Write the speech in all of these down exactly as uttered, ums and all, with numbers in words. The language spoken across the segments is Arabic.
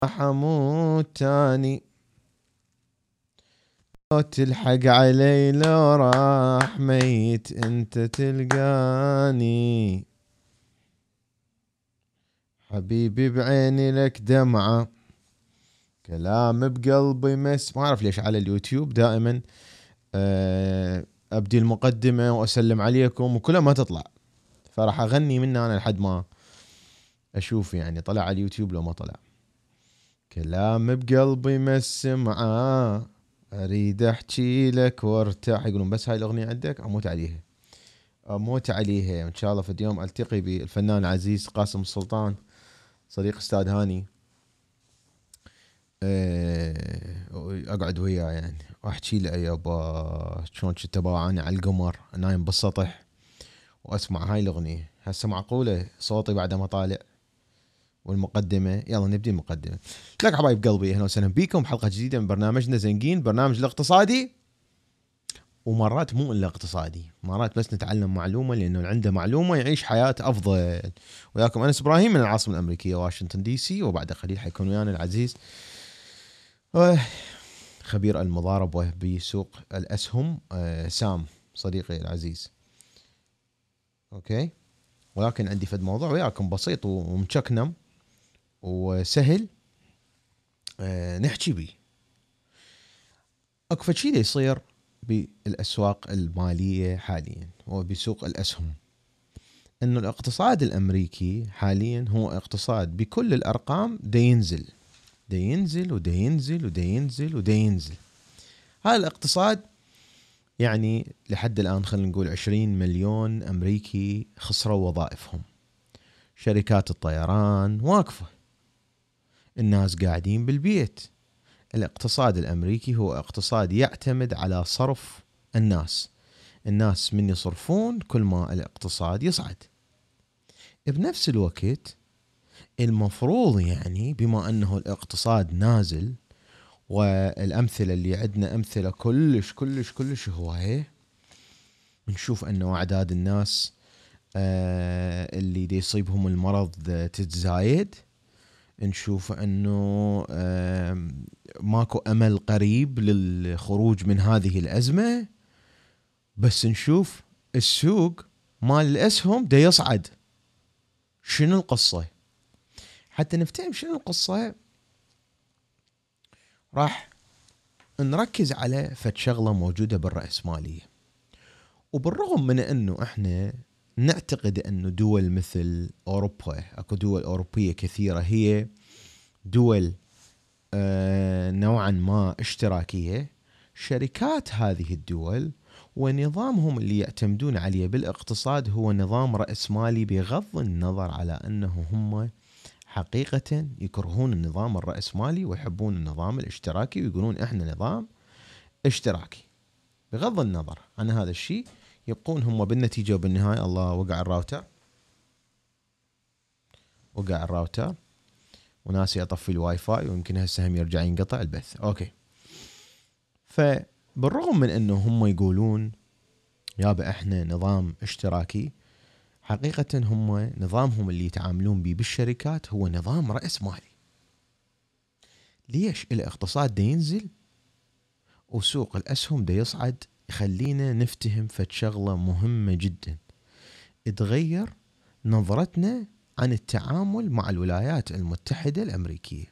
حموت تاني لو تلحق علي لو راح ميت انت تلقاني حبيبي بعيني لك دمعة كلام بقلبي مس. ما اعرف ليش على اليوتيوب دائما ابدي المقدمة واسلم عليكم وكلها ما تطلع، فراح اغني منها انا لحد ما اشوف يعني طلع على اليوتيوب لو ما طلع. كلام بقلبي مس معاه اريد احكي لك وارتاح. يقولون بس هاي الاغنيه عندك اموت عليها اموت عليها. ان شاء الله في اليوم التقي بالفنان العزيز قاسم السلطان صديق استاذ هاني، اقعد وياه يعني واحكي له يابا شلون كنت باعاني على القمر نايم بالسطح واسمع هاي الاغنيه. هسه معقوله صوتي بعد ما طالع والمقدمه؟ يلا نبدي المقدمه. لك حبايب قلبي اهلا وسهلا بيكم بحلقه جديده من برنامجنا زنقين، برنامج الاقتصادي. ومرات مو الا اقتصادي، مرات بس نتعلم معلومه لانه عنده معلومه يعيش حياه افضل. وياكم انس ابراهيم من العاصمه الامريكيه واشنطن دي سي، وبعد قليل حيكون ويانا العزيز خبير المضاربه بسوق الاسهم سام صديقي العزيز. اوكي، ولكن عندي فد موضوع وياكم بسيط ومشكنم وسهل نحكي بيه. اكو فد شيء يصير بالاسواق الماليه حاليا وبسوق الاسهم، انه الاقتصاد الامريكي حاليا هو اقتصاد بكل الارقام دا ينزل دا ينزل ودا ينزل ودا ينزل ودا ينزل. هذا الاقتصاد يعني لحد الان خلينا نقول عشرين مليون امريكي خسروا وظائفهم، شركات الطيران واقفه، الناس قاعدين بالبيت. الاقتصاد الامريكي هو اقتصاد يعتمد على صرف الناس، الناس من يصرفون كل ما الاقتصاد يصعد. بنفس الوقت المفروض يعني بما انه الاقتصاد نازل، والامثله اللي عندنا امثله كلش كلش كلش هوايه، نشوف انه اعداد الناس آه اللي دي يصيبهم المرض تتزايد، نشوف انه آه ماكو امل قريب للخروج من هذه الازمه، بس نشوف السوق مال الاسهم دا يصعد. شنو القصه؟ حتى نفتهم شنو القصه راح نركز على فد شغله موجوده بالرأسماليه. وبالرغم من انه احنا نعتقد انه دول مثل اوروبا، اكو دول اوروبيه كثيره هي دول آه نوعا ما اشتراكيه، شركات هذه الدول ونظامهم اللي يعتمدون عليه بالاقتصاد هو نظام رأسمالي، بغض النظر على انه هم حقيقة يكرهون النظام الرأسمالي ويحبون النظام الاشتراكي ويقولون احنا نظام اشتراكي. بغض النظر عن هذا الشيء يبقون هم بالنتيجة وبالنهاية. الله، وقع الراوتر وقع الراوتر وناسي اطفي الواي فاي ويمكن هسه هم يرجع ينقطع البث. اوكي، فبالرغم من انه هم يقولون يابا احنا نظام اشتراكي، حقيقة هم نظامهم اللي يتعاملون به بالشركات هو نظام رأسمالي. ليش الاقتصاد دا ينزل وسوق الأسهم دا يصعد؟ يخلينا نفتهم فد شغلة مهمة جدا تغير نظرتنا عن التعامل مع الولايات المتحدة الأمريكية.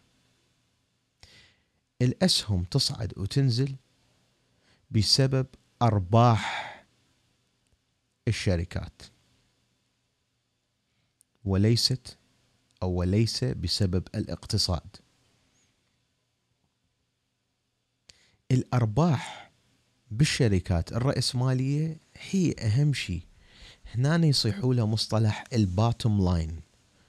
الأسهم تصعد وتنزل بسبب أرباح الشركات، وليست أو وليس بسبب الاقتصاد. الأرباح بالشركات الرأسمالية هي أهم شيء. هنا يصيحوا له مصطلح الباتم لاين،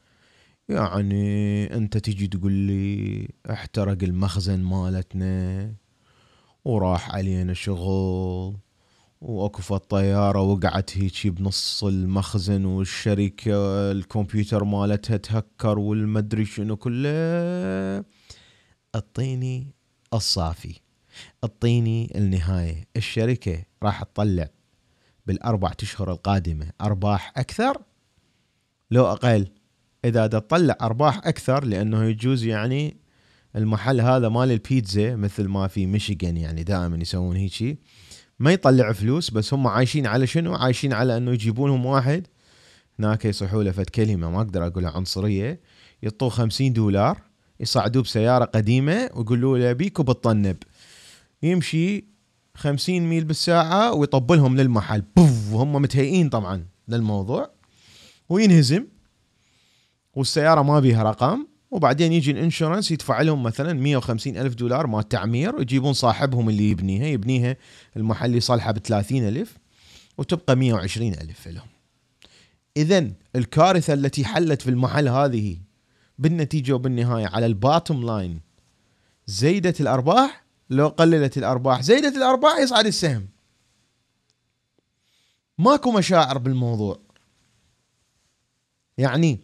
يعني أنت تيجي تقول لي احترق المخزن مالتنا وراح علينا شغل واكو الطيارة وقعت هيجي بنص المخزن والشركة الكمبيوتر مالتها تهكر والمدري شنو كله. اعطيني الصافي، اعطيني النهاية. الشركة راح تطلع بالأربع أشهر القادمة أرباح أكثر لو أقل؟ إذا تطلع أرباح أكثر لأنه يجوز يعني المحل هذا مال البيتزا مثل ما في ميشيغان يعني دائما يسوون هيجي، ما يطلع فلوس، بس هم عايشين على شنو؟ عايشين على انه يجيبونهم واحد هناك يصيحوا له فد كلمه ما اقدر اقولها عنصريه، يعطوه خمسين دولار يصعدوه بسياره قديمه ويقولوا له بيك وبالطنب، يمشي خمسين ميل بالساعه ويطبلهم للمحل بوف، وهم متهيئين طبعا للموضوع، وينهزم والسياره ما بيها رقم، وبعدين يجي الانشورنس يدفع لهم مثلا مية وخمسين ألف دولار مال تعمير، ويجيبون صاحبهم اللي يبنيها يبنيها المحل يصلحها بثلاثين ألف وتبقى مية وعشرين ألف لهم. إذن الكارثة التي حلت في المحل هذه بالنتيجة وبالنهاية على الباتم لاين زيدت الأرباح، لو قللت الأرباح زيدت الأرباح يصعد السهم. ماكو مشاعر بالموضوع. يعني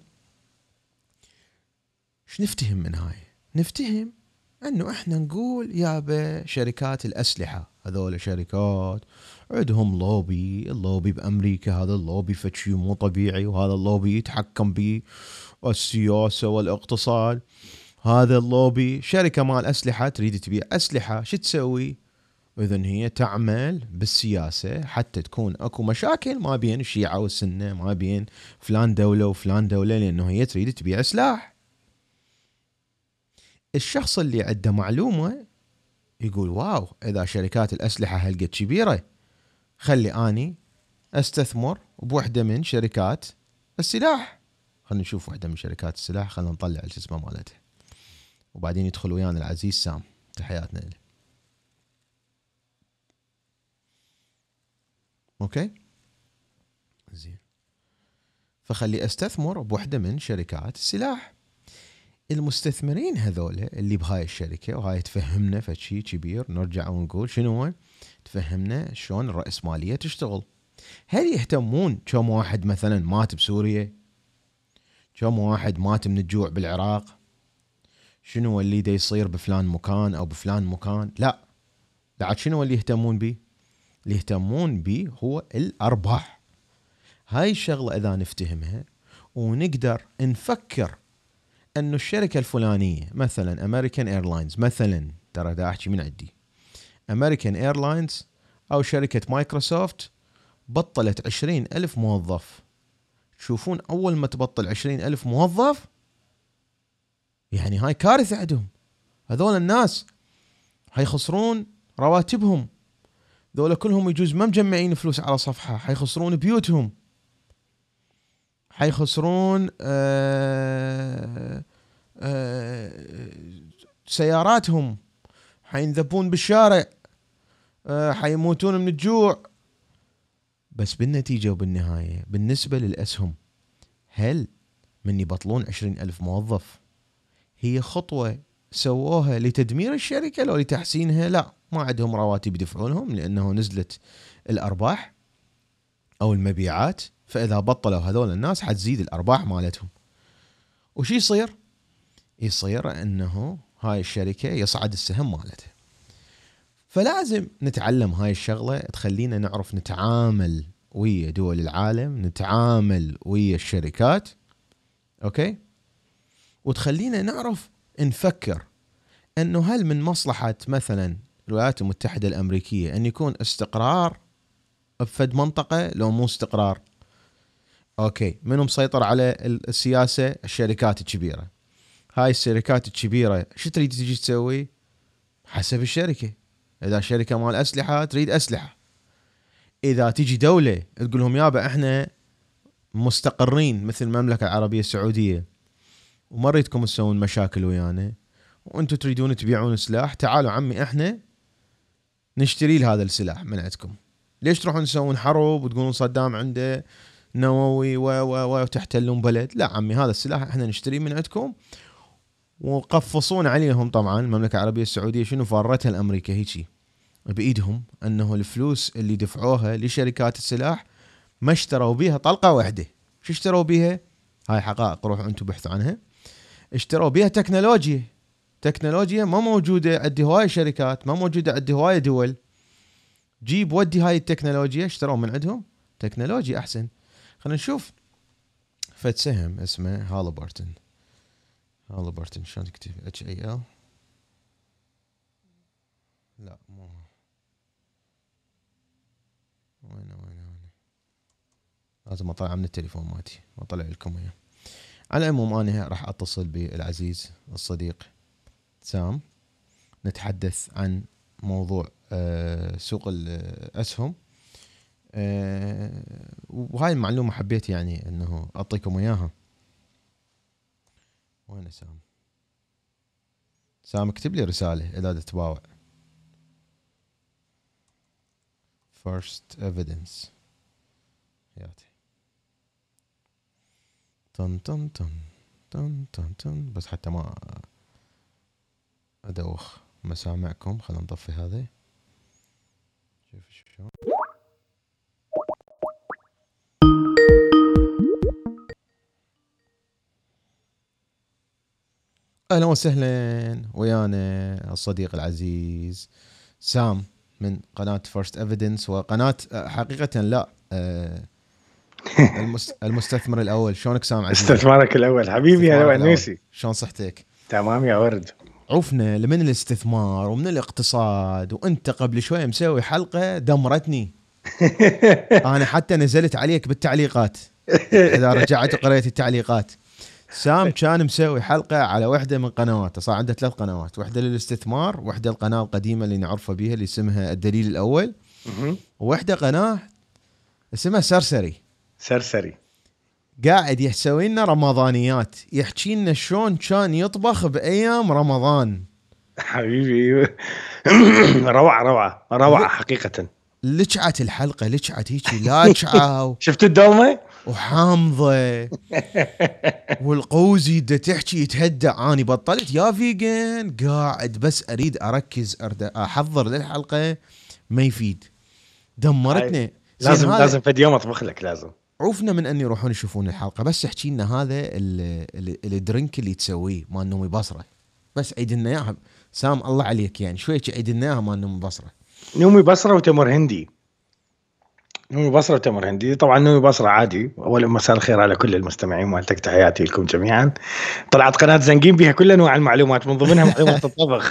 ايش نفتهم من هاي؟ نفتهم انه احنا نقول يابا شركات الاسلحه هذول شركات عندهم لوبي، اللوبي بامريكا هذا اللوبي فشي مو طبيعي، وهذا اللوبي يتحكم به السياسه والاقتصاد. هذا اللوبي شركه مال اسلحه تريد تبيع اسلحه، شو تسوي؟ اذن هي تعمل بالسياسه حتى تكون اكو مشاكل ما بين الشيعه والسنه، ما بين فلان دوله وفلان دوله، لانه هي تريد تبيع سلاح. الشخص اللي عنده معلومة يقول واو إذا شركات الأسلحة هالقد كبيرة خلي أني أستثمر بوحدة من شركات السلاح. خلينا نشوف وحدة من شركات السلاح، خلينا نطلع الجسمة مالتها، وبعدين يدخل ويانا العزيز سام، تحياتنا له. أوكي زين، فخلي أستثمر بوحدة من شركات السلاح. المستثمرين هذول اللي بهاي الشركة، وهاي تفهمنا فشي كبير، نرجع ونقول شنو هو؟ تفهمنا شلون الرأسمالية تشتغل. هل يهتمون كم واحد مثلا مات بسوريا؟ كم واحد مات من الجوع بالعراق؟ شنو اللي دا يصير بفلان مكان أو بفلان مكان؟ لا، بعد شنو اللي يهتمون به؟ اللي يهتمون به هو الأرباح. هاي الشغلة إذا نفتهمها ونقدر نفكر أنه الشركة الفلانية مثلا أمريكان إيرلاينز مثلا، ترى دا أحكي من عندي، أمريكان إيرلاينز أو شركة مايكروسوفت بطلت عشرين ألف موظف. تشوفون أول ما تبطل عشرين ألف موظف يعني هاي كارثة عندهم. هذول الناس هيخسرون رواتبهم، ذولا كلهم يجوز ما مجمعين فلوس على صفحة، هيخسرون بيوتهم، هيخسرون آه آه سياراتهم، حينذبون بالشارع، آه حيموتون من الجوع. بس بالنتيجة وبالنهاية بالنسبة للأسهم، هل من يبطلون عشرين ألف موظف هي خطوة سووها لتدمير الشركة لو لتحسينها؟ لا، ما عندهم رواتب يدفعونهم لأنه نزلت الأرباح أو المبيعات، فإذا بطلوا هذول الناس حتزيد الأرباح مالتهم. وش يصير؟ يصير أنه هاي الشركة يصعد السهم مالتها. فلازم نتعلم هاي الشغلة تخلينا نعرف نتعامل ويا دول العالم، نتعامل ويا الشركات، أوكي؟ وتخلينا نعرف نفكر أنه هل من مصلحة مثلا الولايات المتحدة الأمريكية أن يكون استقرار بفد منطقة لو مو استقرار؟ أوكي، منو مسيطر على السياسة؟ الشركات الكبيرة. هاي الشركات الكبيرة شو تريد تجي تسوي؟ حسب الشركة. إذا شركة مال أسلحة تريد أسلحة، إذا تيجي دولة تقول لهم يابا إحنا مستقرين مثل المملكة العربية السعودية وما ريدكم تسوون مشاكل ويانا وأنتم تريدون تبيعون سلاح، تعالوا عمي إحنا نشتري هذا السلاح من عندكم. ليش تروحون تسوون حرب وتقولون صدام عنده نووي و و وتحتلون بلد؟ لا عمي، هذا السلاح إحنا نشتريه من عندكم. وقفصون عليهم طبعا المملكة العربية السعودية شنو فارتها الأمريكا هيجي بإيدهم، أنه الفلوس اللي دفعوها لشركات السلاح ما اشتروا بيها طلقة واحدة. شو اشتروا بيها؟ هاي حقائق، روحوا أنتم بحثوا عنها. اشتروا بيها تكنولوجيا، تكنولوجيا ما موجودة عند هواية شركات، ما موجودة عند هواية دول. جيب ودي هاي التكنولوجيا، اشتروا من عندهم تكنولوجيا أحسن. خلينا نشوف فد سهم اسمه هاليبرتون. هاليبرتون شلون تكتب؟ اتش اي ال لا مو وين وين وين لازم اطلع من التليفون مالتي واطلع لكم اياه. على العموم انا راح اتصل بالعزيز الصديق سام نتحدث عن موضوع آه سوق الاسهم. آه وهاي المعلومة حبيت يعني انه اعطيكم اياها. وين سام؟ سام اكتب لي رسالة اذا تتباوع. first evidence ياتي طن طن طن طن طن طن بس حتى ما ادوخ مسامعكم. خلينا نطفي هذا. شوف شلون. اهلا وسهلا ويانا الصديق العزيز سام من قناة فيرست ايفيدنس وقناة حقيقة لا المستثمر الاول. شلونك سام عزيز؟ استثمارك الاول حبيبي. هلا ونيسي. شلون صحتك؟ تمام يا ورد. عوفنا لمن الاستثمار ومن الاقتصاد وانت قبل شوي مسوي حلقة دمرتني. انا حتى نزلت عليك بالتعليقات اذا رجعت وقريت التعليقات. سام كان مسوي حلقة على واحدة من قنواته. صار عنده ثلاث قنوات، واحدة للاستثمار، واحدة القناة القديمة اللي نعرفها بيها اللي اسمها الدليل الأول، وواحدة قناة اسمها سرسري. سرسري قاعد يسوي لنا رمضانيات، يحكي لنا شلون كان يطبخ بأيام رمضان. حبيبي روعة روعة روعة حقيقة. لجعت الحلقة لجعت هيك لاجعة. شفت الدولمة وحامضة والقوزي دا تحكي يتهدى. اني بطلت يا فيجن، قاعد بس اريد اركز احضر للحلقة ما يفيد. دمرتني. لازم لازم في يوم اطبخ لك. لازم عوفنا من ان يروحون يشوفون الحلقة. بس احكي لنا هذا الدرينك اللي تسويه مال نومي بصرة، بس عيد لنا اياها سام الله عليك. يعني شوي عيد لنا اياها مال نومي بصرة. نومي بصرة وتمر هندي. نومي بصرة وتمر هندي. طبعا نومي بصرة عادي. أولا مساء الخير على كل المستمعين مالتك، تحياتي لكم جميعا. طلعت قناة زنقين بها كل أنواع المعلومات من ضمنها معلومات الطبخ.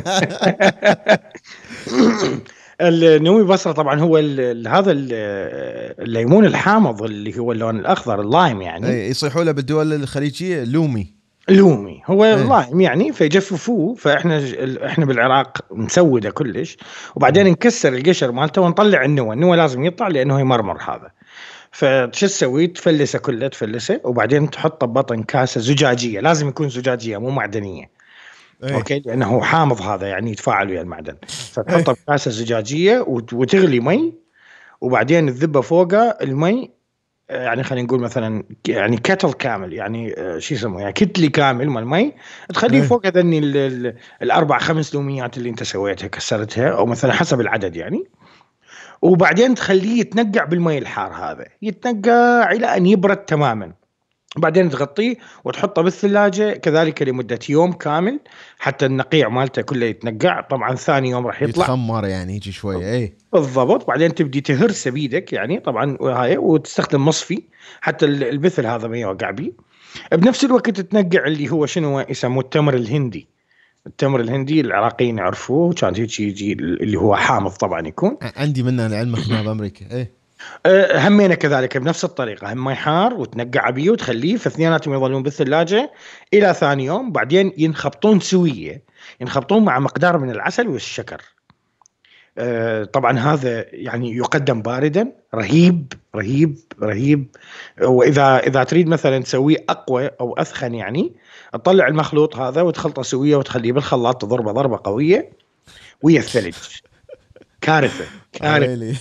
النومي بصرة طبعا هو ال هذا الليمون الحامض اللي هو اللون الأخضر اللايم يعني. يصيحوا له بالدول الخليجية لومي. لومي هو اللايم يعني. فيجففوه. فاحنا احنا بالعراق نسوده كلش، وبعدين نكسر القشر مالته ونطلع النوى. النوى لازم يطلع لانه يمرمر هذا. فشو تسوي؟ تفلسه كله تفلسه، وبعدين تحطه ببطن كاسه زجاجيه. لازم يكون زجاجيه مو معدنيه. ايه. اوكي، لانه حامض هذا يعني يتفاعل ويا المعدن. فتحطه ايه. بكاسه زجاجيه وتغلي مي، وبعدين تذبه فوقه المي. يعني خلينا نقول مثلا يعني كتل كامل يعني شو يسموه يعني كتلي كامل مال مي. تخليه ايه. فوق هذني الاربع خمس لوميات اللي انت سويتها كسرتها، او مثلا حسب العدد يعني. وبعدين تخليه يتنقع بالمي الحار هذا، يتنقع الى ان يبرد تماما. بعدين تغطيه وتحطه بالثلاجة كذلك لمدة يوم كامل حتى النقيع مالته كله يتنقع. طبعا ثاني يوم راح يطلع يتخمر يعني يجي شوية. ايه بالضبط. بعدين تبدي تهرسه بيدك يعني طبعا هاي، وتستخدم مصفي حتى البثل هذا ما يوقع بيه. بنفس الوقت تنقع اللي هو شنو يسموه التمر الهندي. التمر الهندي العراقيين يعرفوه، كان يجي يجي اللي هو حامض طبعا يكون. عندي منه العلم هنا بأمريكا. ايه همينه كذلك بنفس الطريقة، هم يحار وتنقع بيه وتخليه، فاثنيناتهم يظلون بالثلاجة إلى ثاني يوم. بعدين ينخبطون سوية، ينخبطون مع مقدار من العسل والشكر. أه طبعا هذا يعني يقدم باردا. رهيب رهيب رهيب. وإذا إذا تريد مثلا تسويه أقوى أو أثخن يعني، تطلع المخلوط هذا وتخلطه سوية وتخليه بالخلاط تضربه ضربة قوية ويا الثلج. كارثة كارثة.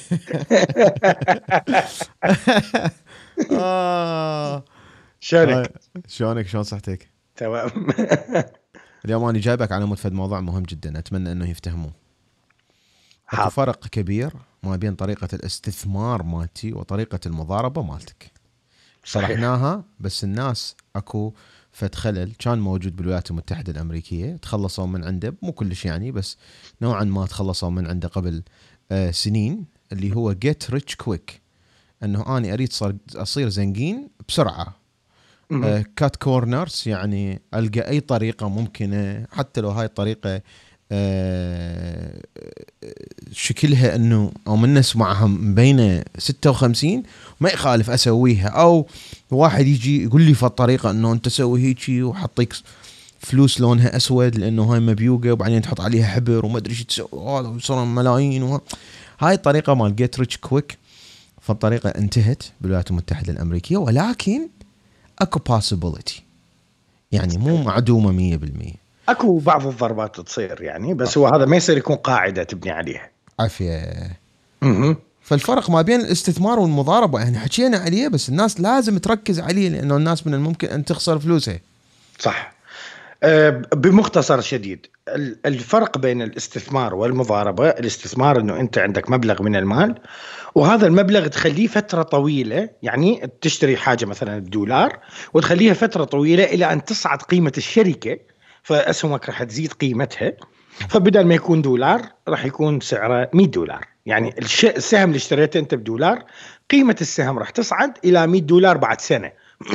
آه شلونك؟ شلونك؟ شلون صحتك؟ تمام. اليوم أنا جايبك على مود فد موضوع مهم جدا، أتمنى أنه يفتهموه. اكو فرق كبير ما بين طريقة الاستثمار مالتي وطريقة المضاربة مالتك. شرحناها بس الناس اكو فد خلل كان موجود بالولايات المتحدة الأمريكية، تخلصوا من عنده مو كلش يعني بس نوعا ما تخلصوا من عنده قبل آه سنين، اللي هو get rich quick. انه اني اريد اصير زنقين بسرعة. آه cut corners يعني القى اي طريقة ممكنة، حتى لو هاي الطريقة آه شكلها انه او من نسمعها بين ستة وخمسين ما يخالف اسويها، او واحد يجي يقول لي في الطريقه انه انت سوي هيجي وحطيك فلوس لونها اسود لانه هاي مبيوقه وبعدين تحط عليها حبر وما ادري ايش تسوي هذا وصار ملايين وها. هاي الطريقه مال جيت ريتش كويك، فالطريقه انتهت بالولايات المتحده الامريكيه، ولكن اكو possibility يعني مو معدومه مية بالمية. اكو بعض الضربات تصير يعني، بس هو هذا ما يصير يكون قاعده تبني عليها. عافيه. اها فالفرق ما بين الاستثمار والمضاربه يعني حكينا عليه، بس الناس لازم تركز عليه لانه الناس من الممكن ان تخسر فلوسها. صح. أه بمختصر شديد، الفرق بين الاستثمار والمضاربه، الاستثمار انه انت عندك مبلغ من المال وهذا المبلغ تخليه فتره طويله، يعني تشتري حاجه مثلا بدولار وتخليها فتره طويله الى ان تصعد قيمه الشركه، فاسهمك راح تزيد قيمتها، فبدل ما يكون دولار راح يكون سعره مية دولار. يعني السهم اللي اشتريته انت بدولار قيمه السهم راح تصعد الى مية دولار بعد سنه.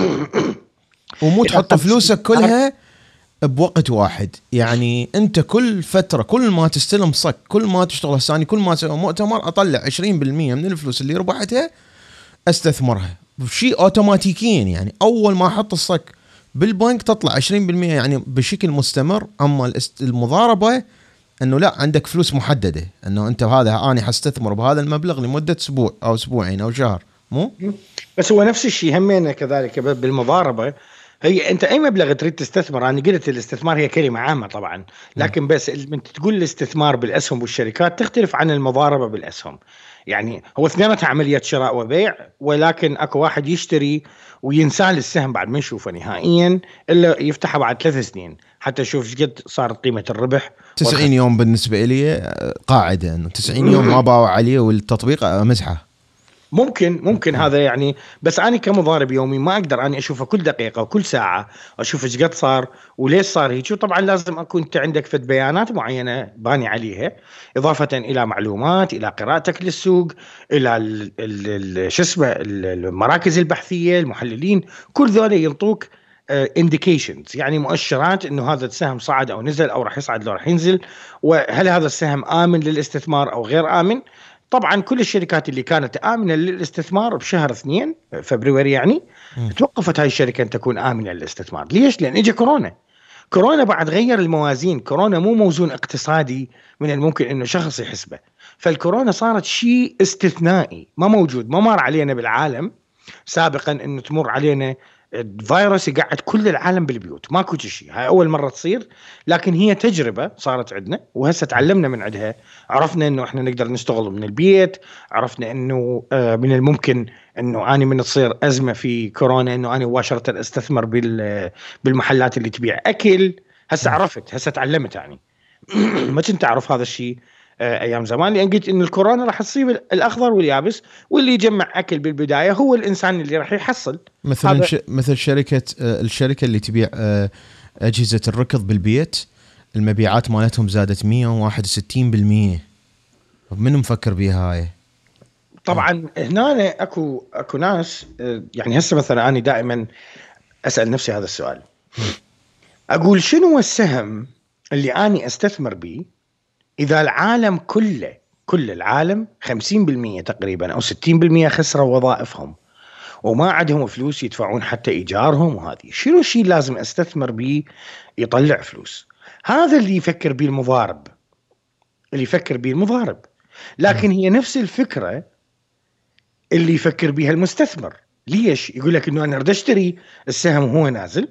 ومو تحط فلوسك كلها بوقت واحد، يعني انت كل فتره كل ما تستلم صك، كل ما تشتغل الثاني، كل ما اسوي مؤتمر اطلع عشرين بالمية من الفلوس اللي ربحتها استثمرها بشيء اوتوماتيكيا. يعني اول ما احط الصك بالبنك تطلع عشرين بالمية يعني بشكل مستمر. اما المضاربه انه لا، عندك فلوس محدده، انه انت هذا انا حستثمر بهذا المبلغ لمده اسبوع او اسبوعين او شهر. مو بس هو نفس الشيء همينه كذلك بالمضاربه. هي انت اي مبلغ تريد تستثمر، انا قلت الاستثمار هي كلمه عامه طبعا، لكن بس انت تقول الاستثمار بالاسهم والشركات تختلف عن المضاربه بالاسهم. يعني هو اثنيناتها عمليه شراء وبيع، ولكن اكو واحد يشتري وينسال السهم بعد ما يشوفه نهائيا الا يفتحه بعد ثلاث سنين حتى يشوف ايش قد صارت قيمه الربح. تسعين يوم بالنسبه لي قاعده انه تسعين يوم ما باوع عليه والتطبيق امسحه. ممكن ممكن هذا يعني، بس أنا كمضارب يومي ما أقدر أني أشوفه كل دقيقة وكل ساعة أشوف إيش قد صار وليش صار هيك. وطبعا لازم أكون أنت عندك فد بيانات معينة باني عليها، إضافة إلى معلومات، إلى قراءتك للسوق، إلى ال ال شو اسمه المراكز البحثية، المحللين، كل ذولا ينطوك indications، يعني مؤشرات إنه هذا السهم صعد أو نزل أو راح يصعد لو راح ينزل، وهل هذا السهم آمن للاستثمار أو غير آمن. طبعا كل الشركات اللي كانت آمنة للاستثمار بشهر اثنين فبراير يعني م. توقفت هاي الشركة أن تكون آمنة للاستثمار. ليش؟ لأن إجا كورونا. كورونا بعد غير الموازين. كورونا مو موزون اقتصادي من الممكن أنه شخص يحسبه، فالكورونا صارت شيء استثنائي ما موجود، ما مر علينا بالعالم سابقا أنه تمر علينا الفيروس يقعد كل العالم بالبيوت. ماكو شيء، هاي أول مرة تصير، لكن هي تجربة صارت عندنا وهسه تعلمنا من عندها. عرفنا إنه إحنا نقدر نشتغل من البيت، عرفنا إنه من الممكن إنه أنا من تصير أزمة في كورونا إنه أنا مباشرة أستثمر بالمحلات اللي تبيع أكل. هسه عرفت، هسه تعلمت يعني. ما كنت أعرف هذا الشيء ايام زمان، لان قلت ان الكورونا راح تصيب الاخضر واليابس، واللي يجمع اكل بالبدايه هو الانسان اللي راح يحصل. مثلا ش... مثل شركه الشركه اللي تبيع اجهزه الركض بالبيت، المبيعات مالتهم زادت مية وواحد وستين بالمية. من مفكر بيها هاي؟ طبعا هنا اكو اكو ناس يعني هسه مثلا انا دائما اسال نفسي هذا السؤال، اقول شنو السهم اللي اني استثمر به إذا العالم كله كل العالم خمسين بالمية تقريبا أو ستين بالمية خسروا وظائفهم وما عندهم فلوس يدفعون حتى إيجارهم، وهذه شنو الشيء لازم أستثمر به يطلع فلوس؟ هذا اللي يفكر به المضارب، اللي يفكر به المضارب. لكن هي نفس الفكرة اللي يفكر بها المستثمر. ليش؟ يقول لك إنه أنا أريد أشتري السهم وهو نازل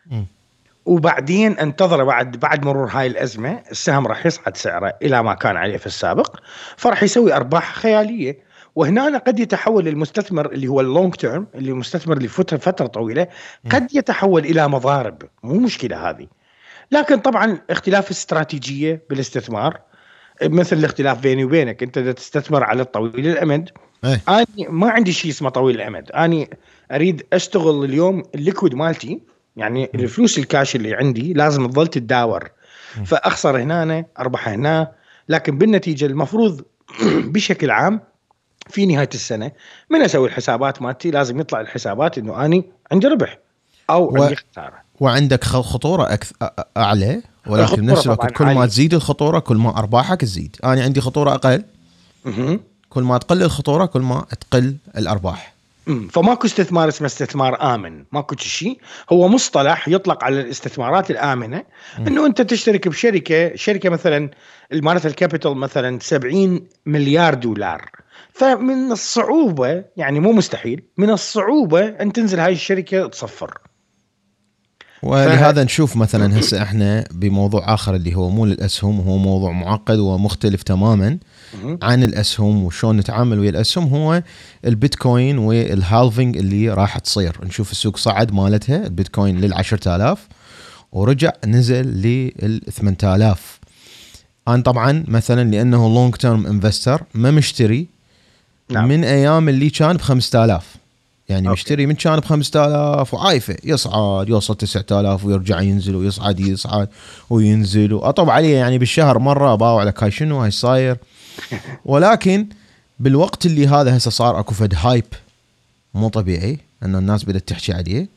وبعدين انتظر بعد بعد مرور هاي الأزمة السهم راح يصعد سعره إلى ما كان عليه في السابق، فرح يسوي أرباح خيالية. وهنا قد يتحول المستثمر اللي هو اللونج تيرم، اللي مستثمر لفترة فترة طويلة، قد يتحول إلى مضارب. مو مشكلة هذه، لكن طبعا اختلاف استراتيجية بالاستثمار، مثل الاختلاف بيني وبينك. أنت تستثمر على الطويل الأمد، أنا ما عندي شيء اسمه طويل الأمد. أنا أريد أشتغل اليوم الليكويد مالتي، يعني الفلوس الكاش اللي عندي لازم تظل تداور، فأخسر هنا أربح هنا، لكن بالنتيجة المفروض بشكل عام في نهاية السنة من أسوي الحسابات مالتي لازم يطلع الحسابات إنه أني عندي ربح أو و... عندي خسارة. وعندك خطورة أكثر أعلى ولكن بنفس الوقت كل ما تزيد الخطوره كل ما ارباحك تزيد. انا عندي خطوره اقل، كل ما تقل الخطوره كل ما تقل الارباح. فماكو استثمار اسمه استثمار آمن، ماكو شيء. هو مصطلح يطلق على الاستثمارات الآمنة. م. انه انت تشترك بشركة شركة مثلا مالتها الكابيتال مثلا سبعين مليار دولار، فمن الصعوبة يعني مو مستحيل، من الصعوبة ان تنزل هاي الشركة تصفر. ولهذا ف... نشوف مثلا هسه احنا بموضوع اخر اللي هو مو للاسهم، هو موضوع معقد ومختلف تماما عن الاسهم وشون نتعامل ويا الاسهم، هو البيتكوين والهالفينج اللي راح تصير. نشوف السوق صعد مالتها البيتكوين للعشرة آلاف ورجع نزل للثمانية آلاف. انا طبعا مثلا لانه لونج تيرم انفستر ما مشتري نعم. من ايام اللي كان بخمسة آلاف، يعني أوكي. مشتري من كان بخمسة آلاف وعايفه يصعد يوصل تسعة آلاف ويرجع ينزل ويصعد يصعد وينزل واطب عليه يعني بالشهر مره باوع لك هاي شنو هاي صاير. ولكن بالوقت اللي هذا هسه صار اكو فد هايب مو طبيعي انه الناس بدأت تحكي عليه.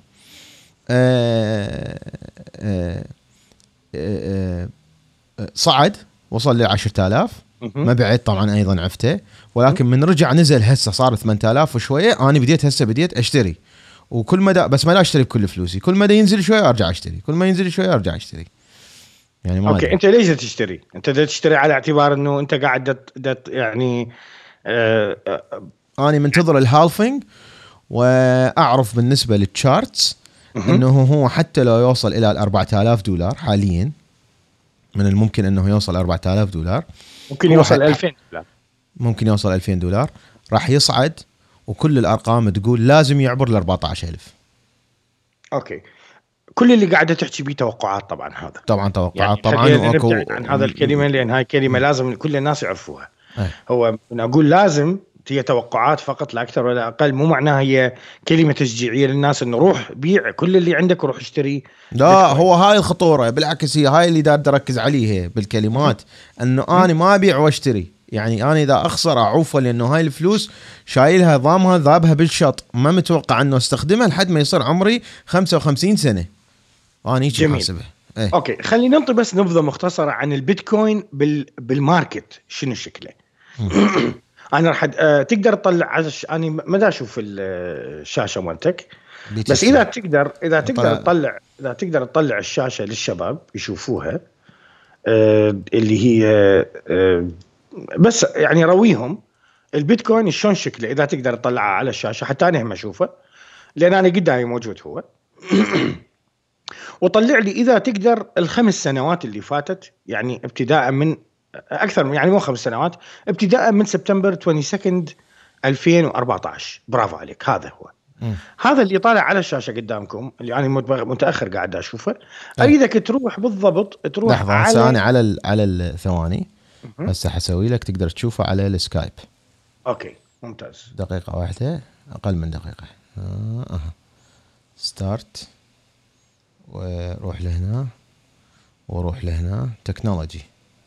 آآ آآ آآ صعد وصل ل عشرة آلاف ما بعد طبعا ايضا عفته، ولكن من رجع نزل هسه صار ثمانية آلاف وشويه. انا بديت هسه بديت اشتري، وكل مدى بس ما لا اشتري بكل فلوسي، كل مدى ينزل شويه ارجع اشتري، كل ما ينزل شويه ارجع اشتري. يعني ما اوكي أدري. انت ليش تشتري؟ انت تشتري على اعتبار انه انت قاعد دت دت يعني آه آه انا منتظر الهالفينج، واعرف بالنسبه للتشارتس انه هو حتى لو يوصل الى أربعة آلاف دولار حاليا، من الممكن انه يوصل أربعة آلاف دولار، ممكن يوصل ألفين دولار، ممكن يوصل ألفين دولار، راح يصعد وكل الارقام تقول لازم يعبر ل أربعة عشر ألف. اوكي كل اللي قاعده تحكي بيه توقعات طبعا، هذا طبعا توقعات يعني طبعا واكو عن هذا الكلمه لان هاي كلمه لازم كل الناس يعرفوها. أي. هو من اقول لازم هي توقعات فقط لا اكثر ولا اقل، مو معناها هي كلمه تشجيعيه للناس انه روح بيع كل اللي عندك وروح اشتري. لا هو هاي الخطوره، بالعكس هي هاي اللي دار اركز عليها بالكلمات، انه انا ما ابيع واشتري. يعني انا اذا اخسر اعوفه، لانه هاي الفلوس شايلها ضامها ذابها بالشط، ما متوقع انه استخدمها لحد ما يصير عمري خمسة وخمسين سنه. انا هيك حاسبها. ايه. اوكي خلينا ننطي بس نبذه مختصره عن البيتكوين بال بالماركت شنو شكله. انا راح أه تقدر تطلع عش... انا ما دا اشوف الشاشه مالتك، بس اذا تقدر اذا تقدر تطلع اذا تقدر تطلع الشاشه للشباب يشوفوها، أه اللي هي أه بس يعني رويهم البيتكوين شلون شكله، اذا تقدر تطلعها على الشاشه حتى انا هم اشوفه لان انا قدامي موجود هو. وطلع لي اذا تقدر الخمس سنوات اللي فاتت، يعني ابتداء من اكثر يعني مو خمس سنوات، ابتداء من سبتمبر اثنين وعشرين ألفين وأربعة عشر. برافو عليك، هذا هو. م. هذا اللي طالع على الشاشه قدامكم اللي انا متاخر قاعد اشوفه. اريدك تروح بالضبط تروح لحظة على انا على ال على الثواني هسه حسوي لك تقدر تشوفه على السكايب. اوكي ممتاز. دقيقه واحده، اقل من دقيقه. اه, آه. ستارت وروح لهنا وروح لهنا تكنولوجي.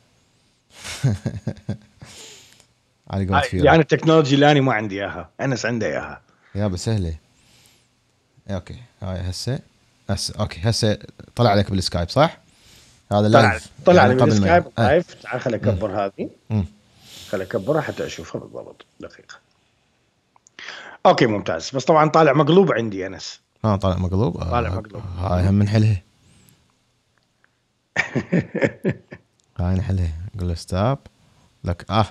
على قولت فيه يعني التكنولوجي اللي انا ما عندي اياها، انس عنده اياها. يا بس سهله. اوكي هاي هسه هسه اوكي هسه طلع لك بالسكايب صح؟ هذا لايف طلع لي بالسكايب لايف. تعال خليني اكبر هذه، خليني اكبرها حتى اشوفها بالضبط. دقيقه. اوكي ممتاز. بس طبعا طالع مقلوب عندي انس. اه طالع مقلوب. آه طالع مقلوب. هاي هم نحلها. هاي نحلها. قول له ستوب لك اه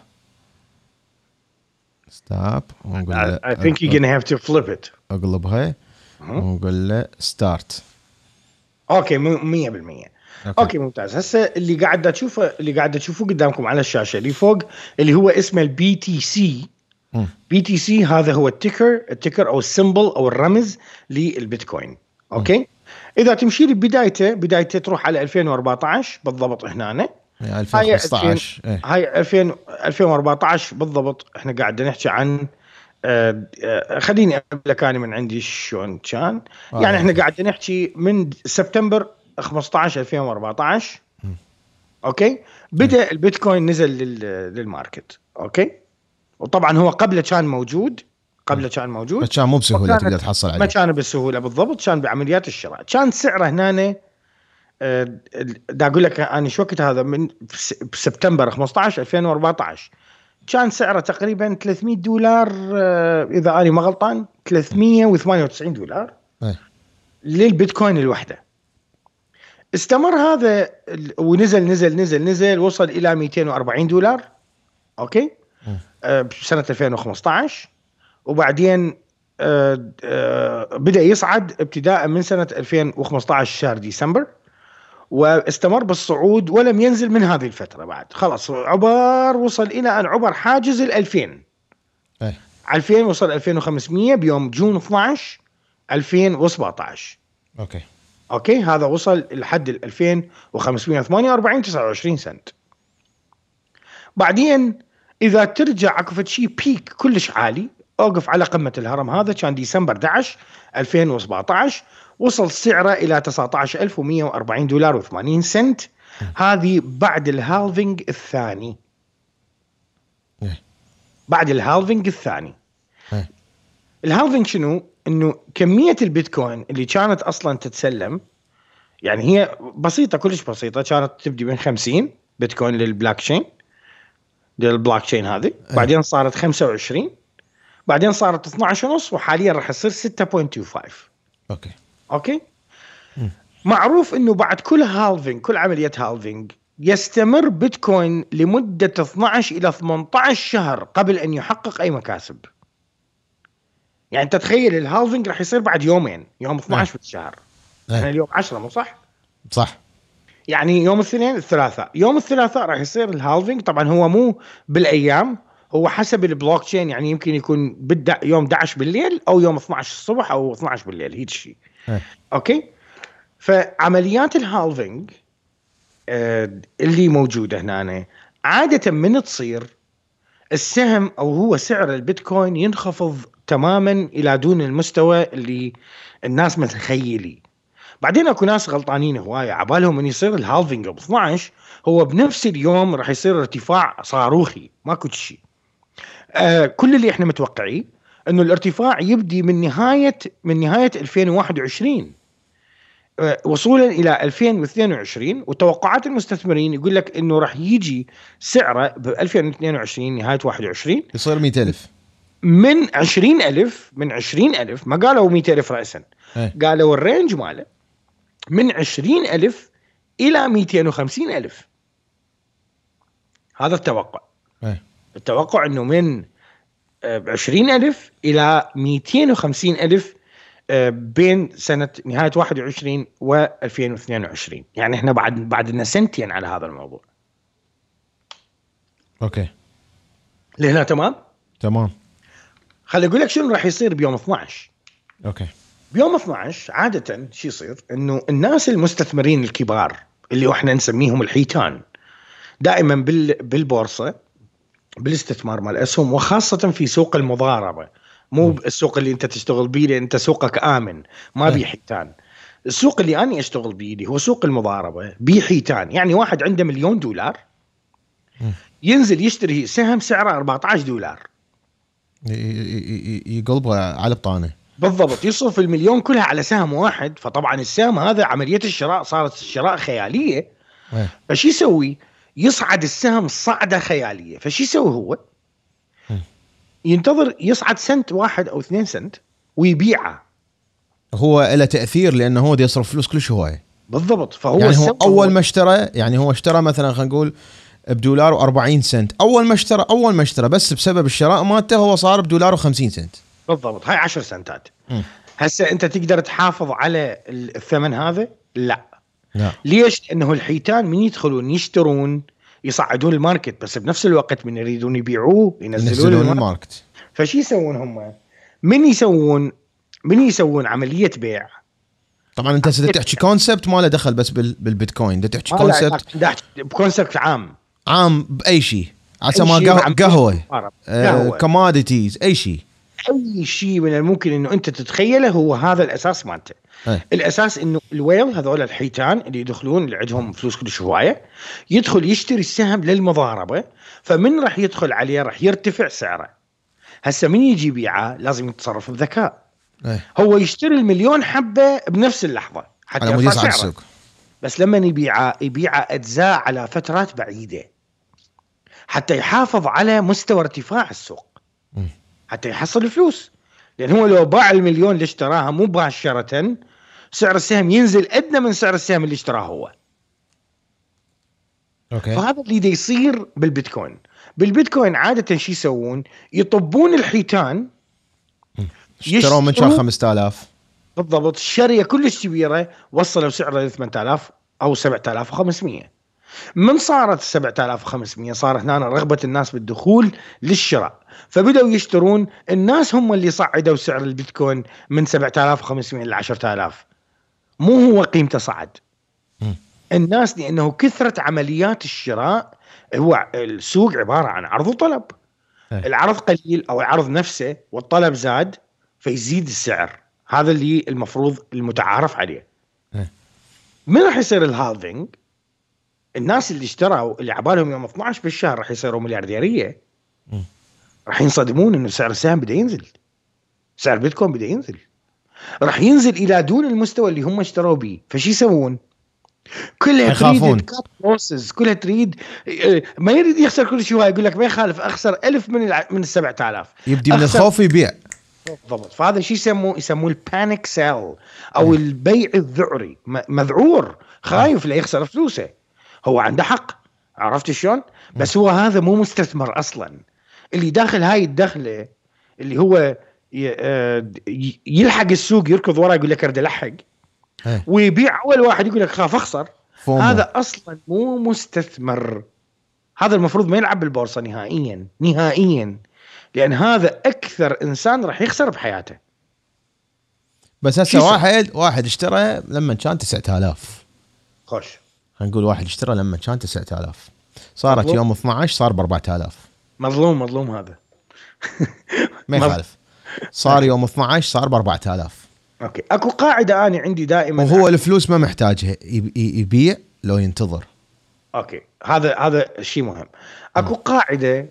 ستوب ونقول له I think you're gonna have to flip it. اقلبها ونقول له ستارت. اوكي مية بالمية. أوكي. اوكي ممتاز. هسه اللي قاعد تشوفه اللي قاعد تشوفوه قدامكم على الشاشه اللي فوق اللي هو اسمه البي تي سي. بي تي سي هذا هو التيكر التيكر او السيمبل او الرمز للبيتكوين. اوكي م. اذا تمشي لي بدايته بدايته تروح على ألفين وأربعة عشر بالضبط هنا. ألفين وخمسة عشر هاي, هاي ألفين ألفين وأربعة عشر بالضبط. احنا قاعد نحكي عن آه آه خليني اقول لك انا من عندي شلون كان. آه يعني احنا قاعد نحكي من سبتمبر خمسة عشر ألفين وأربعة عشر. م. اوكي بدا م. البيتكوين نزل للماركت. اوكي وطبعا هو قبله كان موجود قبله كان موجود بس كان مو بسهوله تقدر تحصل عليه. ما كان بالسهوله بالضبط، كان بعمليات الشراء. كان سعره هنا دا اقول لك انا شو وقت هذا من بسبتمبر خمسة عشر ألفين وأربعة عشر كان سعره تقريبا ثلاثمية دولار اذا انا ما غلطان ثلاثمية وثمانية وتسعين دولار أي. للبيتكوين الوحده. استمر هذا ونزل نزل نزل نزل وصل الى مئتين وأربعين دولار اوكي أه بسنه ألفين وخمسة عشر، وبعدين أه أه بدا يصعد ابتداء من سنه ألفين وخمسة عشر شهر ديسمبر، واستمر بالصعود ولم ينزل من هذه الفتره. بعد خلاص عبر وصل الى ان عبر حاجز الألفين أي. ألفين وصل ألفين وخمسمية بيوم جون اثناشر ألفين وسبعة عشر اوكي اوكي هذا وصل لحد ال ألفين وخمسمية وثمانية وأربعين تسعة وعشرين سنت. بعدين اذا ترجع اكو شيء بيك كلش عالي اوقف على قمه الهرم، هذا كان ديسمبر أحد عشر ألفين وسبعة عشر، وصل سعره الى تسعة عشر ألف ومئة وأربعين دولار وثمانين سنت. هذه بعد الهالفينج الثاني بعد الهالفينج الثاني الهالفينج شنو؟ انه كميه البيتكوين اللي كانت اصلا تتسلم، يعني هي بسيطه كلش بسيطه، كانت تبدي من خمسين بيتكوين للبلاك تشين للبلاك تشين هذه، بعدين صارت خمسة وعشرين، بعدين صارت اثناشر ونص، وحاليا راح تصير ستة فاصلة اثنين وعشرين. اوكي اوكي م. معروف انه بعد كل هالفينج كل عمليه هالفينج يستمر بيتكوين لمده اثناشر الى ثمانية عشر شهر قبل ان يحقق اي مكاسب. يعني انت تخيل الهالفينج راح يصير بعد يومين، يوم اثناشر في الشهر، احنا اليوم عشرة مو صح؟ صح. يعني يوم الاثنين الثلاثاء، يوم الثلاثاء راح يصير الهالفينج. طبعا هو مو بالايام، هو حسب البلوك تشين، يعني يمكن يكون بدأ يوم أحد عشر بالليل او يوم اثناشر الصبح او اثناشر بالليل، هيك شيء. اوكي فعمليات الهالفينج آه اللي موجوده هنا عاده من تصير السهم او هو سعر البيتكوين ينخفض تماما الى دون المستوى اللي الناس متخيلي. بعدين اكو ناس غلطانين هوايه عبالهم ان يصير الهالفينج ب اثناشر هو بنفس اليوم راح يصير ارتفاع صاروخي، ماكو شيء. آه كل اللي احنا متوقعيه انه الارتفاع يبدي من نهايه من نهايه ألفين وواحد وعشرين آه وصولا الى ألفين واثنين وعشرين، وتوقعات المستثمرين يقول لك انه راح يجي سعره ب ألفين واثنين وعشرين نهايه واحد وعشرين يصير مئة ألف، من عشرين ألف من عشرين ألف، ما قالوا مئة ألف رأسا، قالوا الرينج ماله من عشرين ألف إلى مئتين وخمسين ألف. هذا التوقع. أي. التوقع أنه من عشرين ألف إلى مئتين وخمسين ألف بين سنة نهاية واحد وعشرين وألفين واثنين وعشرين. يعني إحنا بعد بعد لنا سنتين على هذا الموضوع. أوكي. لهنا تمام؟ تمام. خلي أقول لك شنو راح يصير بيوم اثناشر. أوكي. بيوم اثناشر عادة شي يصير انه الناس المستثمرين الكبار اللي احنا نسميهم الحيتان دائما بال بالبورصة بالاستثمار مال الاسهم، وخاصة في سوق المضاربة، مو السوق اللي انت تشتغل بيه لان انت سوقك امن ما بيه حيتان. السوق اللي انا اشتغل بيه اللي هو سوق المضاربة بيه حيتان. يعني واحد عنده مليون دولار ينزل يشتري سهم سعره أربعة عشر دولار، يقلبه على بطانه بالضبط، يصرف المليون كلها على سهم واحد. فطبعا السهم هذا عملية الشراء صارت الشراء خيالية. أيه. فشي يسوي؟ يصعد السهم صعدة خيالية. فشي يسوي هو؟ ينتظر يصعد سنت واحد أو اثنين سنت ويبيعه. هو له تأثير لأنه هو دي يصرف فلوس كلش هواية. بالضبط. فهو يعني هو أول هو ما اشترى، يعني هو اشترى مثلا خلينا نقول بدولار وأربعين سنت، أول ما اشترى أول ما اشترى بس بسبب الشراء مالته هو صار بدولار وخمسين سنت. بالضبط. هاي عشر سنتات. هسه أنت تقدر تحافظ على الثمن هذا؟ لا. لا. ليش؟ لأنه الحيتان من يدخلون يشترون يصعدون الماركت، بس بنفس الوقت من يريدون يبيعوه ينزلون الماركت. الماركت. فشي يسوون هم؟ من يسوون من يسوون عملية بيع. طبعا أنت تحكي كونسبت ما له دخل بس بالبيتكوين، ده تحكي كونسبت كونسبت عام عام بأي شيء، عسى ما قهوة آه، كوموديتيز أي شيء أي شيء من الممكن إنه أنت تتخيله هو هذا الأساس مالته. أيه. الأساس إنه الويل هذول الحيتان اللي يدخلون اللي عندهم فلوس كل شوية يدخل يشتري السهم للمضاربة، فمن راح يدخل عليه راح يرتفع سعره. هسه من يجي بيعه لازم يتصرف بذكاء. أيه. هو يشتري المليون حبة بنفس اللحظة حتى يرفع سعره. بس لما يبيع يبيع اجزاء على فترات بعيده حتى يحافظ على مستوى ارتفاع السوق، حتى يحصل فلوس. لان هو لو باع المليون اللي اشتراها مباشره سعر السهم ينزل ادنى من سعر السهم اللي اشتراه هو. اوكي. فهذا اللي دا يصير بالبيتكوين. بالبيتكوين عاده شو يسوون؟ يطبون الحيتان، اشتروا من كان خمسة آلاف بالضبط، الشريه كلش كبيره وصلوا سعره ل ثمانية آلاف او سبعة آلاف وخمسمية. من صارت سبعة آلاف وخمسمية صارت هنا رغبه الناس بالدخول للشراء، فبدأوا يشترون. الناس هم اللي صعدوا سعر البيتكوين من سبعة آلاف وخمسمية ل عشرة آلاف، مو هو قيمته صعد. م. الناس لأنه كثرة عمليات الشراء، هو السوق عبارة عن عرض وطلب. أي. العرض قليل أو العرض نفسه والطلب زاد فيزيد السعر. هذا اللي المفروض المتعارف عليه. أي. من راح يصير الهالفينج؟ الناس اللي اشتروا اللي عبالهم يوم اثني عشر بالشهر راح يصيروا مليارديرية، راح ينصدمون انه سعر السهم بدا ينزل، سعر بيتكوين بدا ينزل، راح ينزل الى دون المستوى اللي هم اشتروا به. فشي يسوون؟ كلها تريد كات لوسز، كلها تريد ما يريد يخسر كل شيء. يقول لك ما يخالف اخسر ألف من الع... من السبعة آلاف، يبدي من الخوف يبيع. بالضبط. فهذا الشيء يسموه يسموه البانيك سيل او البيع الذعري. مذعور خايف لا يخسر فلوسه. هو عنده حق، عرفت شلون؟ بس هو هذا مو مستثمر اصلا. اللي داخل هاي الدخله اللي هو يلحق السوق يركض وراه يقول لك ارد الحق ويبيع اول واحد يقول لك خاف اخسر، فومو. هذا اصلا مو مستثمر. هذا المفروض ما يلعب بالبورصه نهائيا نهائيا، لان هذا اكثر انسان راح يخسر بحياته. بس هسه واحد واحد اشترى لما كان تسعة آلاف، خوش خلينا نقول واحد اشترى لما كان تسعة آلاف، صارت مظلوم. يوم اثني عشر صار ب أربعة آلاف. مظلوم مظلوم هذا ما يخالف. صار يوم اثني عشر صار ب أربعة آلاف. اوكي. اكو قاعده انا عندي دائما، وهو الفلوس ما محتاجها، يبيع لو ينتظر. اوكي. هذا هذا شيء مهم. اكو م. قاعده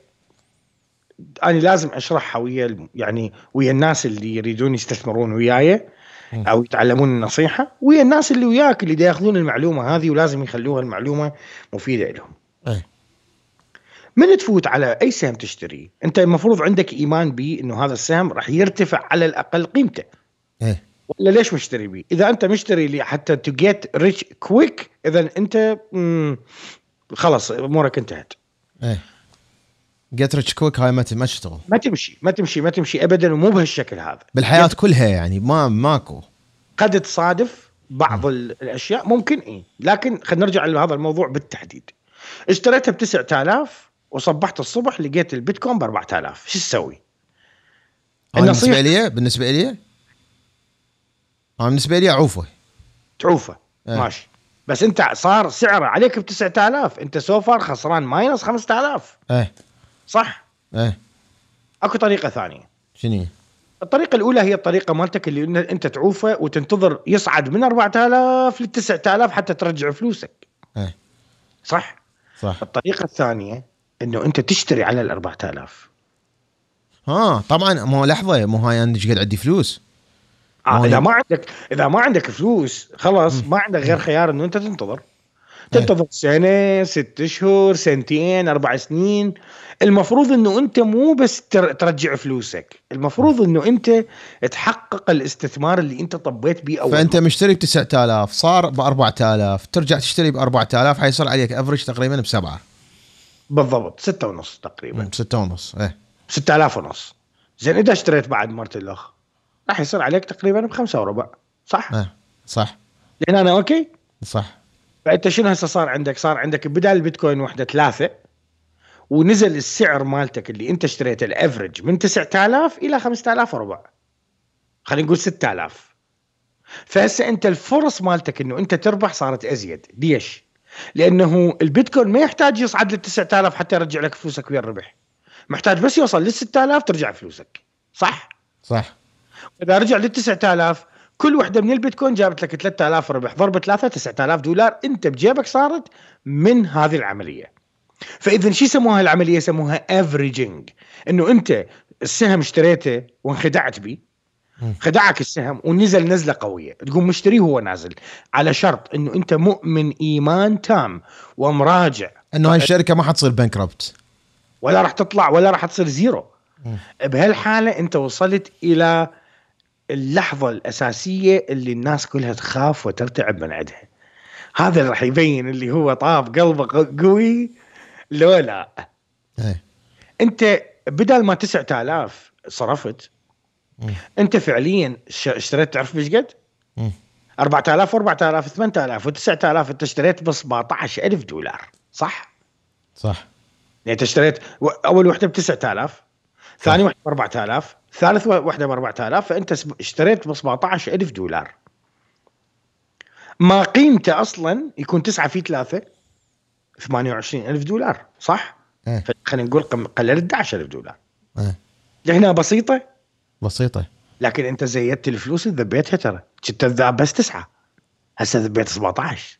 انا لازم اشرحها ويا يعني ويا الناس اللي يريدون يستثمرون وياي او يتعلمون النصيحه، ويا الناس اللي وياك اللي ياخذون المعلومه هذه ولازم يخلوها المعلومه مفيده لهم. أي. من تفوت على اي سهم تشتري انت المفروض عندك ايمان به انه هذا السهم راح يرتفع على الاقل قيمته. أي. ولا ليش مشتري به؟ اذا انت مشتري لي حتى تو جيت ريتش كويك، اذا انت خلاص امورك انتهت. ايه جيت ريتش كويك هاي ما ما تشتغل، ما تمشي ما تمشي ما تمشي ابدا، ومو بهالشكل هذا بالحياه كلها. يعني ما ماكو. قد تصادف بعض م. الاشياء ممكن ايه، لكن خلينا نرجع لهذا الموضوع بالتحديد. اشتريتها بتسعة آلاف وصبحت الصبح لقيت البيتكوين بأربعة آلاف، شو تسوي؟ بالنسبة لي بالنسبة لي أنا بالنسبة لي عوفة تعوفة اه. ماشي. بس انت صار سعره عليك بتسعة آلاف، انت سوفر خسران ماينس خمسة آلاف. ايه صح؟ ايه. اكو طريقة ثانية. شنو؟ الطريقة الأولى هي الطريقة مالتك اللي انت تعوفه وتنتظر يصعد من أربعة آلاف لتسعة آلاف حتى ترجع فلوسك. ايه. صح؟ صح. الطريقة الثانية انه انت تشتري على الأربعة آلاف. ها طبعا. مو لحظة، مو هاي انا قاعد عندي فلوس. آه اذا ما عندك اذا ما عندك فلوس خلاص م. ما عندك غير خيار انه انت تنتظر تنتظر ايه. سنة، ست اشهر، سنتين، اربع سنين. المفروض انه انت مو بس ترجع فلوسك، المفروض انه انت تحقق الاستثمار اللي انت طبيت بيه اول. فانت مشتري بتسعة آلاف صار بأربعة آلاف، ترجع تشتري بأربعة آلاف، حيصير عليك افريج تقريبا بسبعة. بالضبط ستة ونص تقريبا. ستة ونص ايه ستة آلاف ونص. زين اذا اشتريت بعد مرت الاخ راح يصير عليك تقريبا بخمسة وربع. صح؟ اه صح. لان انا اوكي صح. فانت شنو هسه صار عندك؟ صار عندك بدال البيتكوين وحده ثلاثة، ونزل السعر مالتك اللي انت اشتريته الافرج من تسعة آلاف الى خمسة آلاف وربع، خلينا نقول ستة آلاف. فهسه انت الفرص مالتك انه انت تربح صارت ازيد. ليش؟ لانه البيتكوين ما يحتاج يصعد لل تسعة آلاف حتى يرجع لك فلوسك ويا الربح، محتاج بس يوصل لل ستة آلاف ترجع فلوسك. صح؟ صح. اذا رجع لل تسعة آلاف كل وحده من البيتكوين جابت لك ثلاثة آلاف ربح، ضرب ثلاثة تسعة آلاف دولار انت بجيبك صارت من هذه العمليه. فاذا شو يسموها العمليه؟ يسموها افريجينج، انه انت السهم اشتريته وانخدعت بيه خدعك السهم ونزل نزله قويه، تقوم مشتريه هو نازل، على شرط انه انت مؤمن ايمان تام ومراجع انه هاي الشركه ما حتصير بانكربت ولا راح تطلع ولا راح تصير زيرو. بهالحاله انت وصلت الى اللحظه الاساسيه اللي الناس كلها تخاف وترتعب من عندها. هذا اللي راح يبين اللي هو طاب قلبه قوي لو لا. ايه. انت بدل ما تسعة آلاف صرفت، مم. انت فعليا اشتريت، تعرف بيش قد؟ أربعة آلاف وأربعة آلاف ثمانية آلاف وتسعة آلاف. انت اشتريت ب سبعة عشر ألف دولار، صح؟ صح. يعني انت اشتريت اول وحده ب تسعة آلاف، ثاني وحده ب أربعة آلاف، ثالث وحده ب أربعة آلاف، فانت اشتريت ب سبعة عشر ألف دولار. ما قيمته اصلا يكون تسعة في ثلاثة ثمانية وعشرين ألف دولار، صح؟ ايه. خلينا نقول قلل أحد عشر ألف دولار. ايه. هنا بسيطه بسيطه، لكن انت زيدت الفلوس ذبيتها، ترى كنت تذاب بس تسعة، هسه ذبيت سبعة عشر.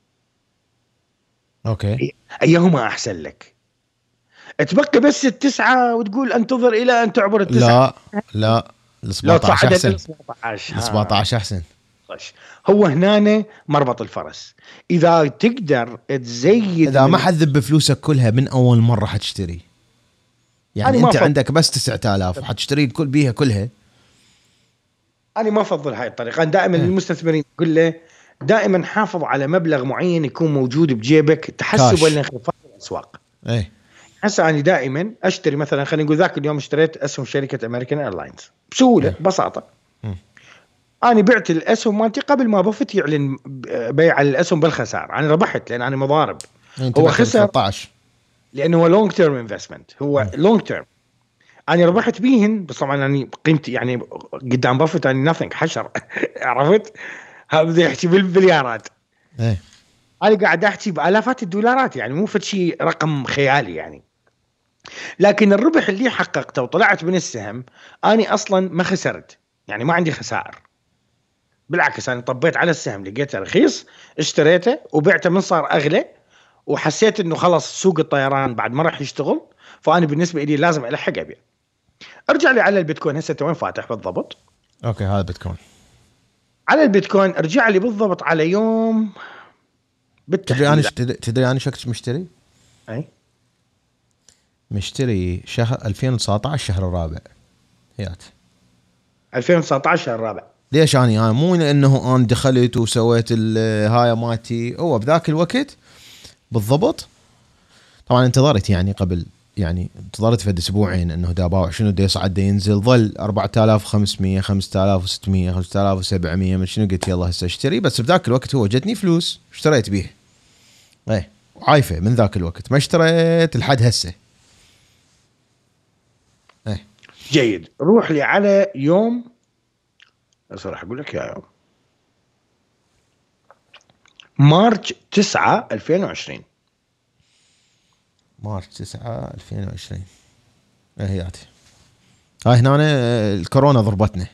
اوكي. ايهما احسن لك؟ تبقى بس التسعة وتقول انتظر الى ان تعبر التسعة؟ لا لا، ال لو سبعة عشر احسن. سبعة عشر ال سبعة عشر احسن. هو هنا مربط الفرس. اذا تقدر تزيد، اذا ما حذب بفلوسك كلها من اول مره حتشتري، يعني انت عندك بس تسعة آلاف حتشتري الكل بيها كلها. انا ما افضل هاي الطريقه. انا دائما للمستثمرين اقول له دائما حافظ على مبلغ معين يكون موجود بجيبك تحسبا لانخفاض الاسواق. ايه. هسه انا دائما اشتري، مثلا خلينا نقول ذاك اليوم اشتريت اسهم شركه امريكان ايرلاينز بسهوله ببساطه. انا بعت الاسهم مالتي قبل ما بافت يعلن بيع الاسهم بالخساره، انا ربحت لان انا مضارب. هو خسر ثلاثة عشر لانه هو لونج تيرم انفستمنت، هو لونج تيرم. انا ربحت بيهن، بس طبعا انا قيمتي يعني قدام بافت انا ناثينج، حشر. عرفت؟ هذا بده يحكي بالمليارات. ايه. انا قاعد احكي بالافات الدولارات، يعني مو فد شيء رقم خيالي يعني. لكن الربح اللي حققته وطلعت من السهم، اني اصلا ما خسرت، يعني ما عندي خسائر. بالعكس انا طبيت على السهم، لقيته رخيص اشتريته وبعته من صار اغلى، وحسيت انه خلص سوق الطيران بعد ما راح يشتغل، فانا بالنسبه لي لازم الحق ابيع. ارجع لي على البيتكوين هسه وين فاتح بالضبط. اوكي هذا بيتكوين. على البيتكوين ارجع لي بالضبط على يوم تدري انا تدري انا شكل مشتري اي مشتري شهر ألفين وتسعة عشر شهر الرابع هيات ألفين وتسعة عشر شهر الرابع. ليش اني انا مو انه انا دخلت وسويت الهاي ماتي، هو بذاك الوقت بالضبط. طبعا انتظرت يعني قبل، يعني انتظرت في اسبوعين انه دا باوع شنو دا يصعد دا ينزل، ظل أربعة آلاف وخمسمية خمسة آلاف وستمية خمسة آلاف وسبعمية من شنو، قلت يلا هسه اشتري. بس بذاك الوقت هو جتني فلوس اشتريت بيه، ايه عايفه من ذاك الوقت ما اشتريت لحد هسه. ايه جيد. روح لي على يوم، صراحة اقول لك يا يوم مارس تسعة ألفين وعشرين. مارس تسعة ألفين وعشرين ايه هياتي. هاي هنا الكورونا ضربتنا،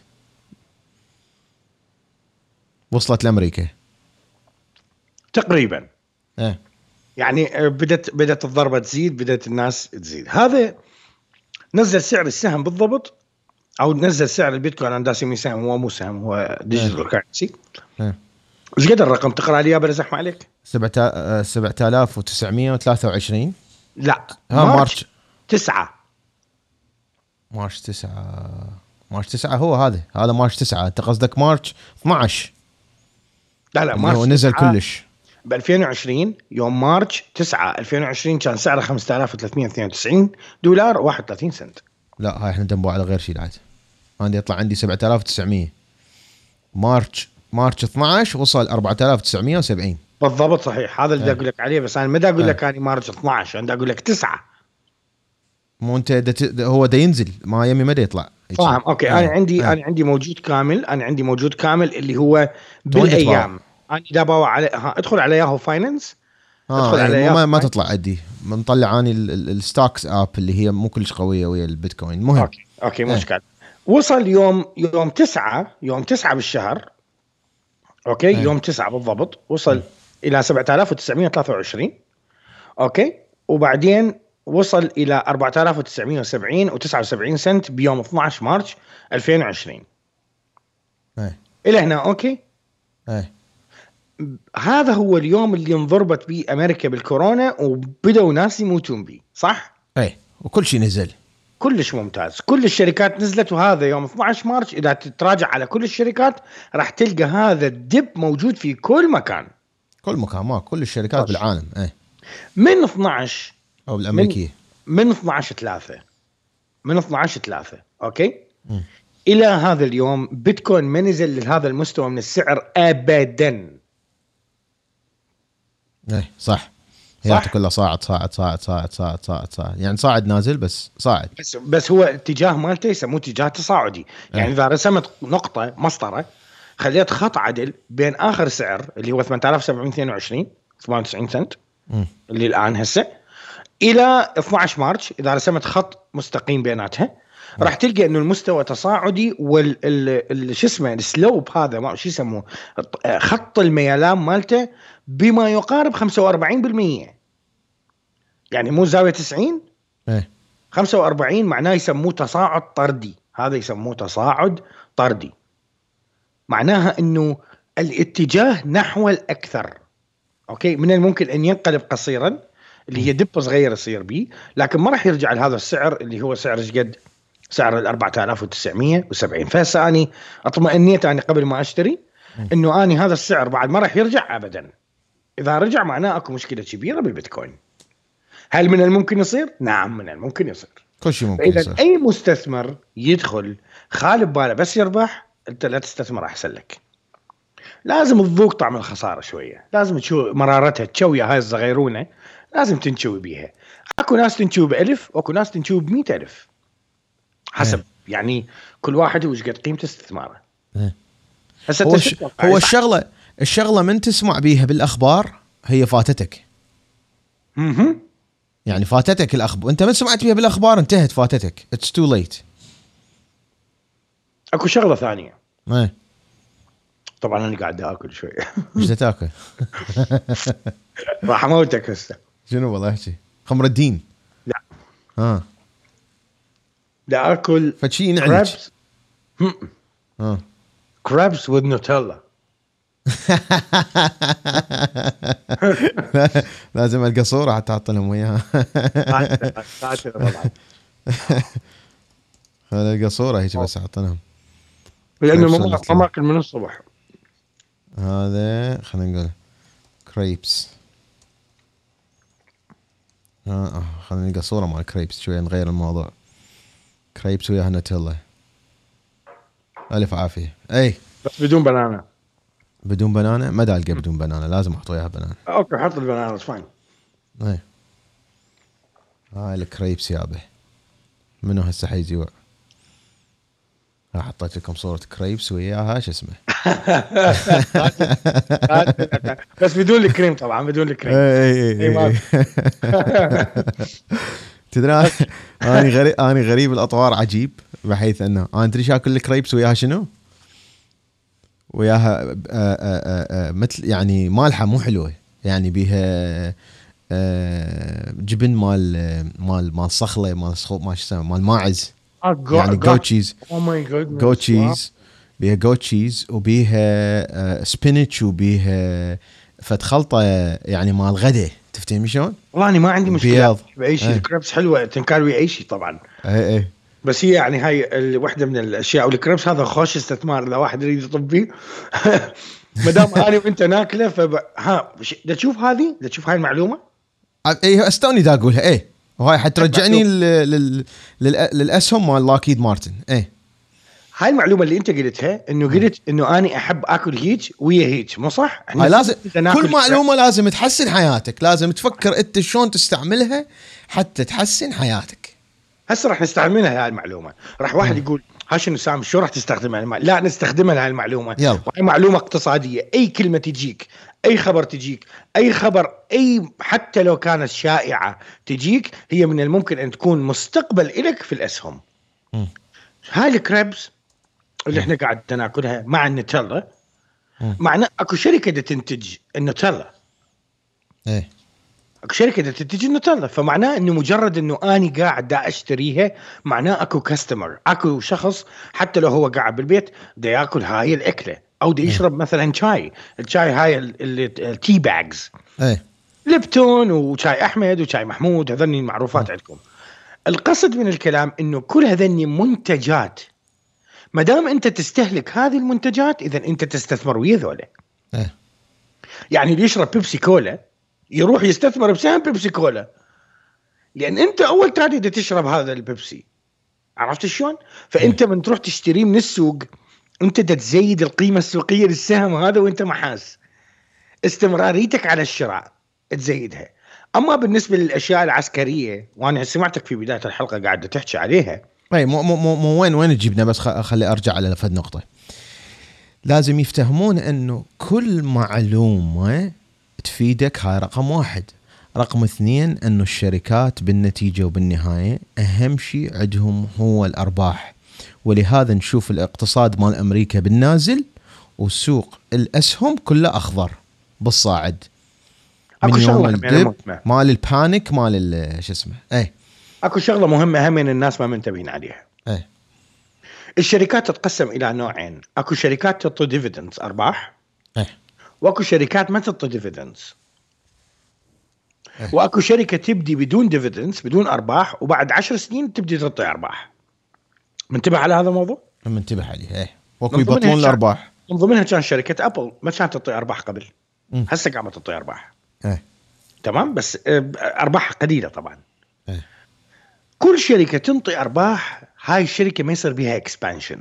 وصلت لامريكا تقريبا. ايه يعني بدت بدت الضربه تزيد، بدت الناس تزيد. هذا نزل سعر السهم بالضبط، او نزل سعر البيتكوين. انا داسي سهم، هو مو سهم، هو ديجيتال كرنسي. ايش قدر الرقم تقرا لي يا بلا زحمه عليك؟ سبعة آلاف وتسعمية وثلاثة وعشرين. لا ها مارس تسعة. مارس تسعة مارس تسعة هو هذا هذا مارس تسعة. انت قصدك مارس اثناشر؟ لا لا مارس هو نزل كلش ب ألفين وعشرين. يوم مارس تسعة ألفين وعشرين كان سعره خمسة آلاف وثلاثمية واثنين وتسعين دولار وواحد وثلاثين سنت. لا هاي احنا دنبو على غير شيء. العاد عندي يطلع عندي سبعة آلاف وتسعمية. مارس مارس اثناشر وصل أربعة آلاف وتسعمية وسبعين بالضبط. صحيح هذا اللي بدي اقول لك عليه، بس انا ما بدي اقول لك اني مارس اثناشر، انا بدي اقول لك تسعة. مو انت دت... هو دا ينزل ما يمي ما دا يطلع. فاهم؟ اوكي. آه. انا عندي آه. انا عندي موجود كامل، انا عندي موجود كامل اللي هو بالايام. انا دا باوع على ها ادخل على ياهو فاينانس. آه ادخل على ياهو ما, ما تطلع عندي، مطلع اني الستوكس اب اللي هي مو كلش قويه ويا البيتكوين. المهم اوكي اوكي مو مشكله. وصل يوم يوم تسعة يوم تسعة بالشهر. اوكي ايه. يوم تسعة بالضبط وصل ايه. الى سبعة آلاف وتسعمية وثلاثة وعشرين. اوكي. وبعدين وصل الى أربعة آلاف وتسعمية وسبعين وتسعة وسبعين سنت بيوم اثناشر مارس ألفين وعشرين. ايه الى هنا اوكي. ايه هذا هو اليوم اللي انضربت به امريكا بالكورونا وبدأوا ناس يموتون به، صح؟ ايه وكل شيء نزل. كلش ممتاز، كل الشركات نزلت، وهذا يوم اثني عشر مارس اذا تتراجع على كل الشركات راح تلقى هذا الدب موجود في كل مكان، كل مكان، ما كل الشركات طش. بالعالم. ايه من اثني عشر او بالامريكيه من, من اثني عشر ثلاثة من اثني عشر ثلاثة اوكي م. الى هذا اليوم بيتكوين ما نزل لهذا المستوى من السعر ابدا. ايه صح، حياته كلها صاعد صاعد صاعد صاعد صاعد صاعد صاعد يعني صاعد نازل بس صاعد. بس بس هو اتجاه مالته يسموه اتجاه تصاعدي، يعني ايه. اذا رسمت نقطه مسطره خليت خط عدل بين اخر سعر اللي هو ثمانية آلاف وسبعمية واثنين وعشرين ثمانية وتسعين سنت م. اللي الان هسه الى اثني عشر مارس، اذا رسمت خط مستقيم بيناتها راح تلقى انه المستوى تصاعدي وال شو اسمه السلوب هذا ما شو يسموه خط الميلان مالته بما يقارب خمسة وأربعين بالمية، يعني مو زاويه تسعين. ايه خمسة وأربعين معناه يسموه تصاعد طردي، هذا يسموه تصاعد طردي، معناها انه الاتجاه نحو الاكثر. اوكي، من الممكن ان ينقلب قصيرا اللي هي دب صغير يصير بيه، لكن ما راح يرجع لهذا السعر اللي هو سعر ايش قد سعر ال أربعة آلاف وتسعمية وسبعين. فهسه اني اطمئنيت اني قبل ما اشتري انه اني هذا السعر بعد ما راح يرجع ابدا. اذا رجع معناه اكو مشكله كبيره بالبيتكوين. هل من الممكن يصير؟ نعم من الممكن يصير، كل شيء ممكن إذا يصير. أي مستثمر يدخل خالب باله بس يربح، أنت لا تستثمر أحسن لك. لازم تذوق طعم الخسارة شوية، لازم تشوف مرارتها، تشوي هاي الصغيرونة لازم تنشوي بيها. أكو ناس تنشوي بألف وأكو ناس تنشوي بمئة ألف حسب ايه. يعني كل واحد وش قد قيمة استثماره. ايه. هسه هو, الش... هو الشغلة الشغلة من تسمع بيها بالأخبار هي فاتتك. اها يعني فاتتك الأخبار، أنت من سمعت بيها بالأخبار انتهت فاتتك. It's too late. أكو شغلة ثانية. ايه. طبعا أنا قاعد أكل شوية. ايش تاكل؟ راح أموتك هسه. شنو والله احكي؟ خمر الدين؟ لا. ها. لا أكل. فشي نعنج. ها. كرابس with نوتيلا. لازم القى صوره حتى احط لهم وياها. هذا القى صوره هيك بس احط لهم، لانه ما ما اكل من الصبح. هذا خلينا نقول كريبس. اه خلينا نلقى صوره مال كريبس شويه نغير الموضوع. كريبس وياها نوتيلا. الف عافيه. اي بس بدون بنانا. بدون بنانا؟ ما دالقى بدون بنانا، لازم احط وياها بنانا. اوكي حط البنانا فاين. اي هاي الكريبس يابه. منو هسه حيجي؟ حطيت لكم صورة كريبس وياها شو اسمه. بس بدون الكريم طبعا، بدون الكريم. اي اي تدري اني غريب، اني غريب الاطوار عجيب، بحيث انه انا تدري شاكل الكريبس وياها شنو؟ وياها آآ آآ مثل يعني مالحه مو حلوه، يعني بيها جبن مال مال مال صخله مال ما شو اسمه مال ماعز، يعني جو تشيز. او ماي جاد جو تشيز، بيها جو تشيز وبيها سبينتش وبيها فت خلطه يعني مال غدا. تفتهم شلون؟ والله اني ما عندي مشكله باي شيء. ايه. الكريبس حلوه تنكر ويا اي شيء طبعا. اي اي بس هي يعني هاي واحده من الاشياء. والكريبس هذا خوش استثمار اذا واحد يريد يطب فيه. ما دام انا وانت ناكله فب... ها دا تشوف هذه دا تشوف هاي المعلومه. اي استوني دا اقولها. ايه وهاي حترجعني لل... لل... للاسهم مال لاكيد مارتن. ايه هاي المعلومه اللي انت قلتها انه قلت انه اني احب اكل هيك ويا هيك، مو صح؟ هاي لازم كل معلومه لازم تحسن حياتك، لازم تفكر انت شلون تستعملها حتى تحسن حياتك. هسه راح نستعملها هاي المعلومه. راح واحد يقول ها شنو سامي شو راح تستخدمها المعلومة؟ لا نستخدمها لهاي المعلومه. يلا. وهي معلومه اقتصاديه. اي كلمه تجيك، اي خبر تجيك، اي خبر اي حتى لو كانت شائعه تجيك، هي من الممكن ان تكون مستقبل إلك في الاسهم. م. هاي الكريبس اللي م. احنا قاعد ناكلها مع النوتيلا، معناه اكو شركه تنتج النوتيلا. ايه اكو شركه تنتج النوتيلا، فمعناه انه مجرد انه اني قاعد دا اشتريها معناه اكو كاستمر، اكو شخص حتى لو هو قاعد بالبيت دا ياكل هاي الاكله او دا يشرب مثلا شاي، الشاي هاي التي باجز، ايه ليبتون وشاي احمد وشاي محمود، هذني المعروفات عندكم. القصد من الكلام انه كل هذني منتجات، ما دام انت تستهلك هذه المنتجات اذا انت تستثمر ويا ذولا. ايه يعني اللي يشرب بيبسي كولا يروح يستثمر بسهم بيبسي كولا، لان انت اول تالي دا تشرب هذا البيبسي، عرفت شلون؟ فانت من تروح تشتريه من السوق انت دا تزيد القيمه السوقيه للسهم هذا وانت ما حاس، استمراريتك على الشراء تزيدها. اما بالنسبه للاشياء العسكريه، وانا سمعتك في بدايه الحلقه قاعده تحكي عليها، اي مو مو مو وين وين تجيبنا، بس خلي ارجع على فد نقطه. لازم يفتهمون انه كل معلومه تفيدك، هاي رقم واحد. رقم اثنين انه الشركات بالنتيجه وبالنهايه اهم شيء عندهم هو الارباح، ولهذا نشوف الاقتصاد مال امريكا بالنازل وسوق الاسهم كله اخضر بالصاعد من يوم الدب مال البانيك مال شو اسمه. اي اكو شغله مهمه هم من الناس ما منتبهين عليها. اي الشركات تتقسم الى نوعين، اكو شركات تعطي ديفيدندز ارباح، اي واكو شركات ما تعطي ديفيدندز، واكو شركه تبدي بدون ديفيدندز بدون ارباح وبعد عشر سنين تبدي تعطي ارباح. منتبه على هذا الموضوع؟ منتبه عليه. ايه واكو يبطلون الارباح. من ضمنها كان شركه ابل ما كانت تعطي ارباح قبل، هسه قاعده تعطي ارباح. ايه تمام، بس ارباح قليله طبعا. ايه كل شركه تنطي ارباح هاي الشركه ما يصير بها اكسبانشن.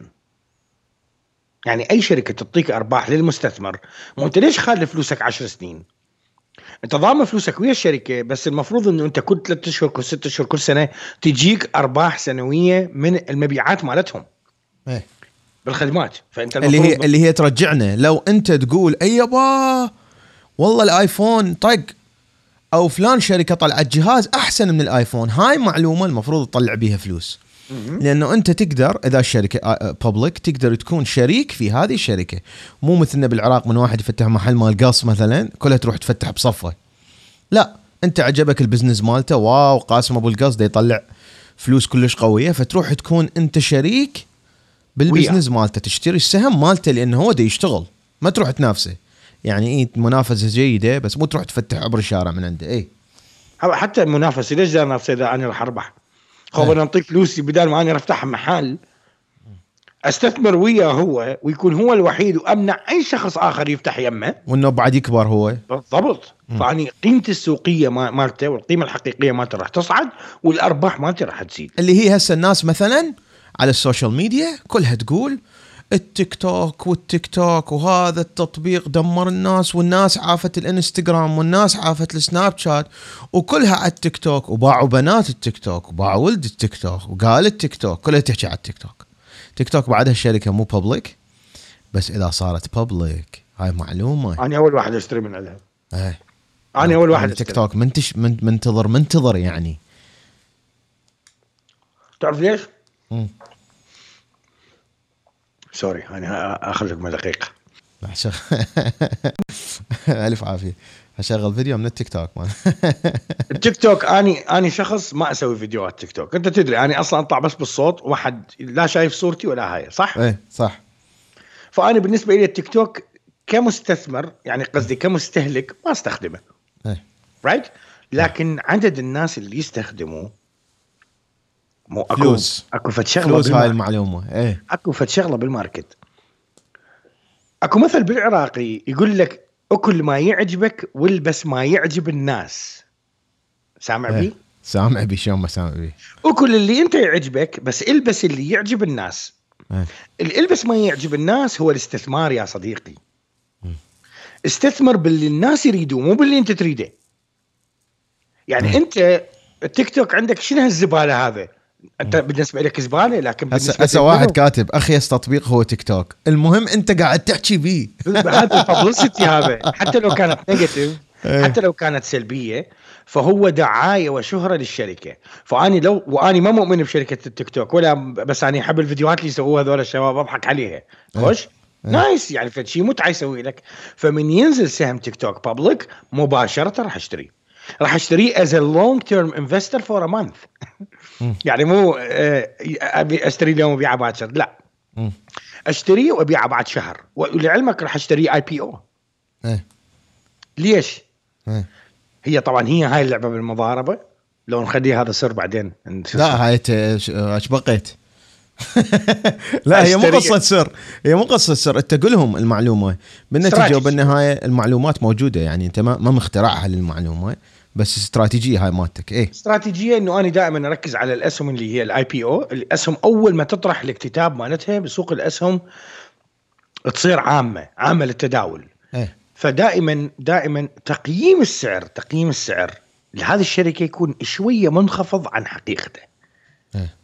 يعني اي شركه تعطيك ارباح للمستثمر، مو انت ليش خالي فلوسك عشر سنين؟ انت ضامن فلوسك ويا الشركه، بس المفروض انه انت كل ثلاثة اشهر كل ستة اشهر كل سنه تجيك ارباح سنويه من المبيعات مالتهم. ايه بالخدمات. فانت اللي هي اللي هي ترجعنا، لو انت تقول اي يابا والله الايفون طق او فلان شركه طلعت جهاز احسن من الايفون، هاي معلومه المفروض تطلع بيها فلوس. لانه انت تقدر اذا الشركه بابليك تقدر تكون شريك في هذه الشركه، مو مثلنا بالعراق من واحد يفتح محل مال قص مثلا كلها تروح تفتح بصفه. لا، انت عجبك البزنس مالته، واو قاسم ابو القص ده يطلع فلوس كلش قويه، فتروح تكون انت شريك بالبزنس مالته، تشتري السهم مالته لانه هو ده يشتغل، ما تروح تنافسه. يعني ايه منافسه جيده، بس مو تروح تفتح عبر الشارع من عنده. ايه حتى المنافسه ليش ده نفسي اذا انا راح اربح، خو انا اعطيك فلوسي بدال ما انا افتح محل استثمر وياه هو ويكون هو الوحيد وامنع اي شخص اخر يفتح يمه، وانه بعد يكبر هو. بالضبط. فاني قيمتي السوقيه مالته والقيمه الحقيقيه مالته راح تصعد والارباح مالته راح تزيد. اللي هي هسه الناس مثلا على السوشيال ميديا كلها تقول التيك توك والتيك توك وهذا التطبيق دمر الناس، والناس عافت الانستغرام، والناس عافت السناب شات، وكلها على التيك توك، وباعوا بنات التيك توك وباعوا ولد التيك توك وقال التيك توك، كلها تحكي على التيك توك. تيك توك بعدها الشركة مو بابليك، بس إذا صارت بابليك هاي معلومة. أنا أول واحد أشتري من عندها. ايه أنا أول واحد تيك توك منتش من منتظر منتظر يعني. تعرف ليش؟ مم. سوري أنا أخذ لكم دقيقة. ألف عافية. هشغل فيديو من التيك توك مان. التيك توك أني أني شخص ما أسوي فيديوهات تيك توك، أنت تدري أني أصلا أطلع بس بالصوت، واحد لا شايف صورتي ولا هاي، صح؟ إيه صح. فأنا بالنسبة لي التيك توك كمستثمر، يعني قصدي كمستهلك ما استخدمه. إيه. رايت؟ لكن عدد الناس اللي يستخدموه مو أكو فلوس. أكو فد شغلة فلوس هاي المعلومة. إيه. أكو فد شغلة بالماركت. أكو مثل بالعراقي يقول لك أكل ما يعجبك والبس ما يعجب الناس. سامع إيه. بي؟ سامع بي شلون ما سامع بي. أكل اللي أنت يعجبك بس البس اللي يعجب الناس. إيه. اللي البس ما يعجب الناس هو الاستثمار يا صديقي. استثمر باللي الناس يريدوه مو باللي أنت تريده. يعني م. أنت التيك توك عندك شنو هالزبالة هذا؟ أنت بالنسبة لك زبالة، لكن بالنسبة هسه واحد كاتب أخيس تطبيق هو تيك توك، المهم أنت قاعد تحكي بيه. هذا الببليستي هذا حتى لو كانت نيجاتيف، حتى لو كانت سلبية، فهو دعاية وشهرة للشركة. فأني لو وأني ما مؤمن بشركة التيك توك ولا، بس أنا أحب الفيديوهات اللي يسووها هذول الشباب أضحك عليها. خوش نايس يعني فشي متعة يسوي لك. فمن ينزل سهم تيك توك بابليك مباشرة راح اشتري. راح اشتريه as a long term investor for a month. يعني مو ابي اشتري اليوم وابيعه باكر، لا اشتريه وابيعه بعد شهر. ولعلمك راح اشتريه اي بي او. ليش؟ ايه. هي طبعا هي هاي اللعبه بالمضاربه، لو نخلي هذا سر بعدين. لا هاي ايش بقيت. لا هي مو قصة سر، هي مو قصة سر، انت قلهم المعلومة بالنتيجة وبالنهاية المعلومات موجودة، يعني انت ما ما مخترعها للمعلومة، بس استراتيجية هاي مالتك. ايه استراتيجية انه انا دائما اركز على الاسهم اللي هي الاي بي او. الاسهم اول ما تطرح الاكتتاب مالتها بسوق الاسهم تصير عامة عامة للتداول. ايه. فدائما دائما تقييم السعر تقييم السعر لهذه الشركة يكون شوية منخفض عن حقيقته. ايه.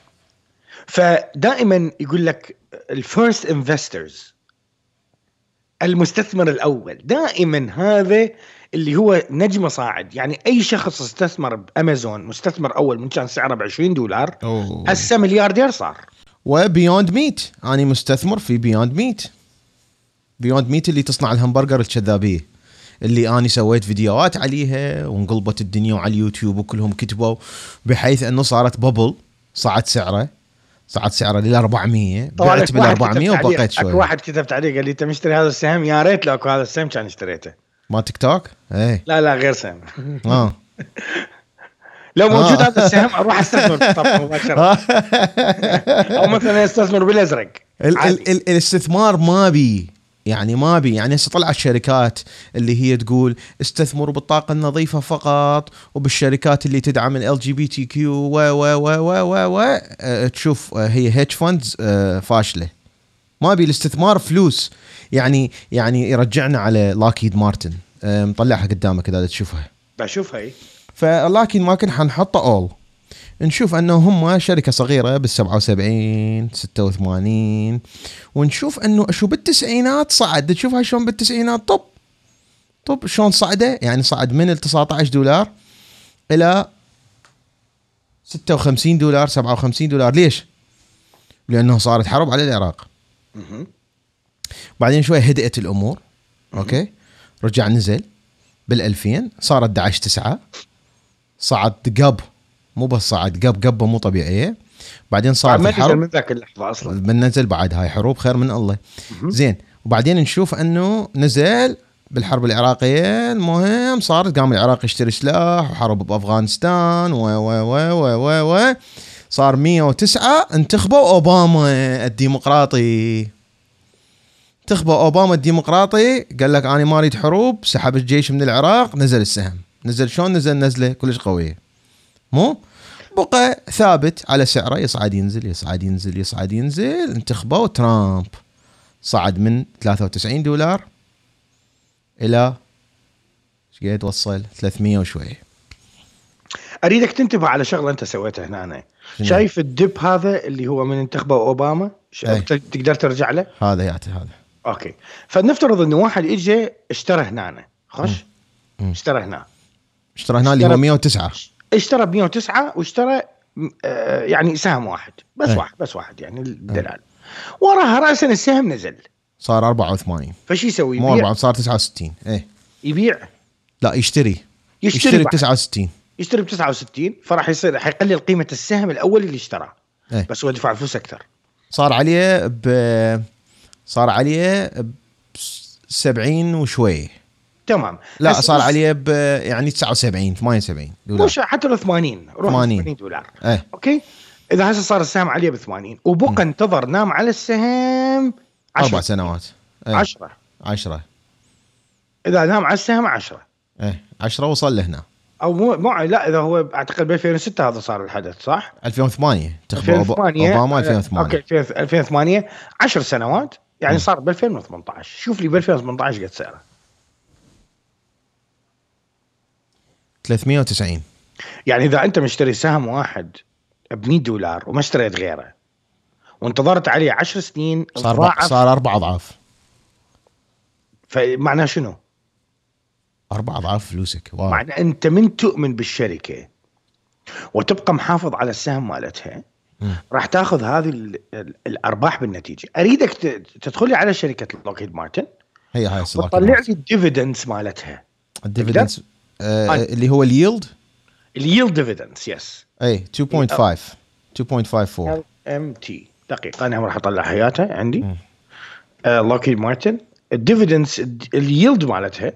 فدائما يقول لك الفيرست انفسترز، المستثمر الأول، دائما هذا اللي هو نجم صاعد. يعني أي شخص استثمر بأمازون مستثمر أول من كان سعره بعشرين دولار هسه ملياردير صار. وبيوند ميت، أنا مستثمر في بيوند ميت. بيوند ميت اللي تصنع الهمبرجر الكذابية اللي أنا سويت فيديوهات عليها وانقلبت الدنيا وعلى اليوتيوب وكلهم كتبوا، بحيث أنه صارت ببل، صعد سعره صعد سعره لل أربعمية، بعت بال أربعمية وبقيت شوي. اكو واحد كتبت عليه قال لي انت مشتري هذا السهم، يا ريت لو اكو هذا السهم كان اشتريته. ما تيك توك؟ ايه لا لا غير سهم. اه لو موجود آه. هذا السهم اروح استثمر طبعا مباشره. او مثلا استثمر بالازرق. ال- ال- ال- الاستثمار ما بي يعني ما بي يعني هسه طلعت شركات اللي هي تقول استثمروا بالطاقة النظيفة فقط، وبالشركات اللي تدعم ال جي بي تي كيو و و و و و و اه تشوف اه هي هيدج فاندز اه فاشلة. ما بي الاستثمار فلوس. يعني يعني يرجعنا على لاكيد مارتن، اه مطلعها قدامك اذا تشوفها. بشوفها هي. فلاكيد مارتن حنحطه اول، نشوف أنه هم شركة صغيرة بالسبعة وسبعين ستة وثمانين، ونشوف أنه شو بالتسعينات صعد. تشوفها شلون بالتسعينات طب طب شلون صعده، يعني صعد من التسعة عشر دولار إلى ستة وخمسين دولار سبعة وخمسين دولار. ليش؟ لأنه صارت حرب على العراق. بعدين شوي هدأت الأمور، أوكي، رجع نزل بالألفين، صارت أحد عشر تسعة، صعد قب، مو بس صعد قب قبه مو طبيعيه. بعدين صار الحرب من ذاك اللحظه اصلا من نزل بعد هاي حروب خير من الله. زين، وبعدين نشوف انه نزل بالحرب العراقيه. المهم صار قام العراق يشتري سلاح وحرب بافغانستان و و و و و و صار مية وتسعة انتخبوا اوباما الديمقراطي. انتخبوا اوباما الديمقراطي، قال لك انا ما اريد حروب، سحب الجيش من العراق، نزل السهم. نزل شلون نزل؟ نزله كلش قويه، مو بقى ثابت على سعره، يصعد ينزل يصعد ينزل يصعد ينزل. انتخبوا ترامب، صعد من ثلاثة وتسعين دولار الى ايش قد وصل؟ ثلاثمية وشوي. اريدك تنتبه على شغله انت سويتها هنا. أنا. شايف الدب هذا اللي هو من انتخبوا اوباما؟ تقدر ترجع له؟ هذا يعطي هذا. اوكي، فنفترض انه واحد اجى اشترى هنا، خش م. اشترى هنا اشترى هنا اللي هو مية وتسعة، اشترى ب مية وتسعة واشترى آه يعني سهم واحد بس. ايه. واحد بس واحد يعني الدلال. ايه. وراها رأسا السهم نزل صار أربعة وثمانين. فشي يسوي؟ مو أربعة، صار تسعة وستين. ايه يبيع؟ لا يشتري يشتري, يشتري ب تسعة وستين. يشتري ب تسعة وستين، فراح يصير حيقلل قيمة السهم الأول اللي اشتراه. ايه. بس هو دفع فلوس أكثر. صار عليه ب صار عليه ب سبعين وشوي. تمام. لا صار عليه ب يعني تسعة وسبعين ثمانية وسبعين دولار، مش حتى لو ثمانين، روح ثمانين دولار. ايه. اوكي، اذا هسه صار السهم عليه ب ثمانين وبقى انتظر نام على السهم اربع سنوات. ايه. عشرة عشرة اذا نام على السهم عشرة. ايه عشرة وصل لهنا. او مو مو لا، اذا هو اعتقد ب ألفين وستة هذا صار الحدث، صح؟ ألفين وثمانية تخبر اوباما ألفين وثمانية. اوكي ألفين وثمانية عشر سنوات يعني. م. صار ب ألفين وثمانية عشر. شوف لي ب ألفين وثمانية عشر قد سعره ثلاثمية وتسعين. يعني اذا انت مشتري سهم واحد ب مية دولار وما اشتريت غيره وانتظرت عليه عشر سنين، صار صار اربع اضعاف. فمعناه شنو؟ اربع اضعاف فلوسك. واو. معناه انت من تؤمن بالشركه وتبقى محافظ على السهم مالتها، راح تاخذ هذه الارباح بالنتيجه. اريدك تدخلي على شركه لوكهيد مارتن، هي هاي وتطلع لي الديفيدنس مالتها. الديفيدنس آه اللي هو اليلد اليلد ديفيدنس يس اي اثنين فاصلة خمسة اثنين فاصلة خمسة أربعة ام تي. دقيقه انا راح اطلع حياته عندي. لوكهيد مارتن الديفيدنس اليلد مالتها.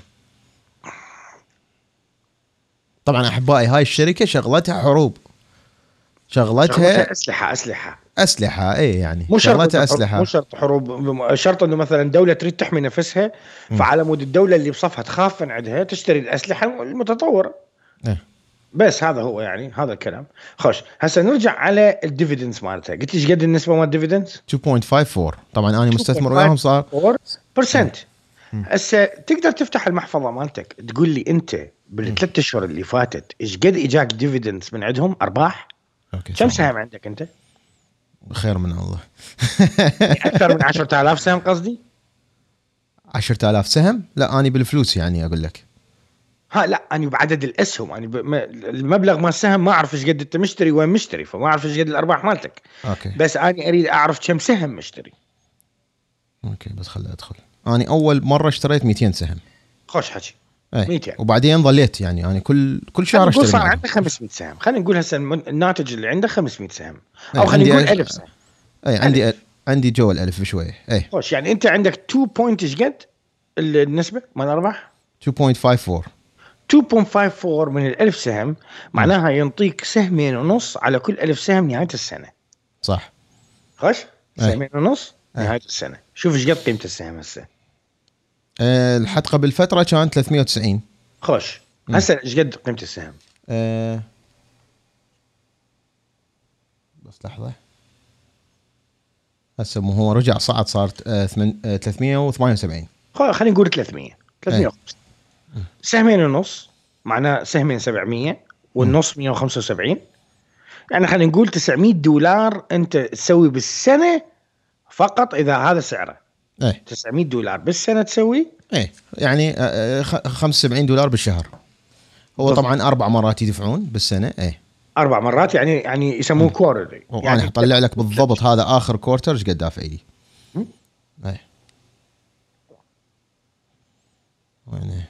طبعا احبائي هاي الشركه شغلتها حروب، شغلتها, شغلتها اسلحه اسلحه اسلحه اي يعني مو شرط اسلحه، مو شرط حروب، شرط انه مثلا دوله تريد تحمي نفسها، فعلى مود الدوله اللي بصفها تخاف من عندها تشتري الاسلحه المتطوره. إيه. بس هذا هو يعني هذا الكلام. خوش هسه نرجع على الديفيدنس مالتها. قلت ايش قد النسبه مال الديفيدنس؟ اثنين فاصلة خمسة أربعة. طبعا انا مستثمر وياهم صار برسنت. هسه تقدر تفتح المحفظه مالتك تقول لي انت بالثلاث اشهر اللي فاتت ايش قد اجاك ديفيدنس من عندهم ارباح؟ كم سهم عندك انت؟ خير من الله. اكثر من عشرة آلاف سهم قصدي. عشرة آلاف سهم؟ لا انا بالفلوس يعني اقول لك. ها لا انا بعدد الاسهم، انا ب... المبلغ مال السهم ما اعرف ايش قد انت مشتري وين مشتري، فما اعرف ايش قد الارباح مالتك. اوكي. بس انا اريد اعرف كم سهم مشتري. اوكي بس خلي ادخل. انا اول مره اشتريت مئتين سهم. خوش حكي. ايه. مئتين وبعدين ظليت يعني انا كل كل شهر اشتري. صار عندك خمسمئة سهم. خلينا نقول هسه الناتج اللي عنده خمسمئة سهم او خلينا نقول ألف سهم. اي عندي ألف. عندي جو الألف بشويه. اي خوش يعني انت عندك اثنين بوينت ايش قد النسبه مال الارباح؟ اثنين فاصلة خمسة أربعة. اثنين فاصلة خمسة أربعة من الألف سهم معناها ينطيك سهمين ونص على كل ألف سهم نهاية السنة. صح. خوش سهمين ونص نهاية السنة. شوف ايش قد قيمة السهم هسه. أه لحد قبل فترة كان ثلاثمئة وتسعين. خوش هسه ايش قد قيمة السهم؟ أه بس لحظة. هسه مو هو رجع صعد صارت أه ثلاثمئة وثمانية وسبعين. خلينا نقول ثلاثمئة ثلاثمئة وخمسين. سهمين ونص معناه سهمين سبعمئة والنص مئة وخمسة وسبعين. يعني خلينا نقول تسعمئة دولار انت تسوي بالسنة فقط اذا هذا سعره. ايه تسعمئة دولار بالسنة تسوي. ايه يعني خمسة وسبعين دولار بالشهر. هو بالضبط. طبعا اربع مرات يدفعون بالسنة. ايه اربع مرات يعني يعني يسموه كوارترلي. يعني اطلع لك بالضبط هذا اخر كوارتر ايش قد دافع لي. ايه وين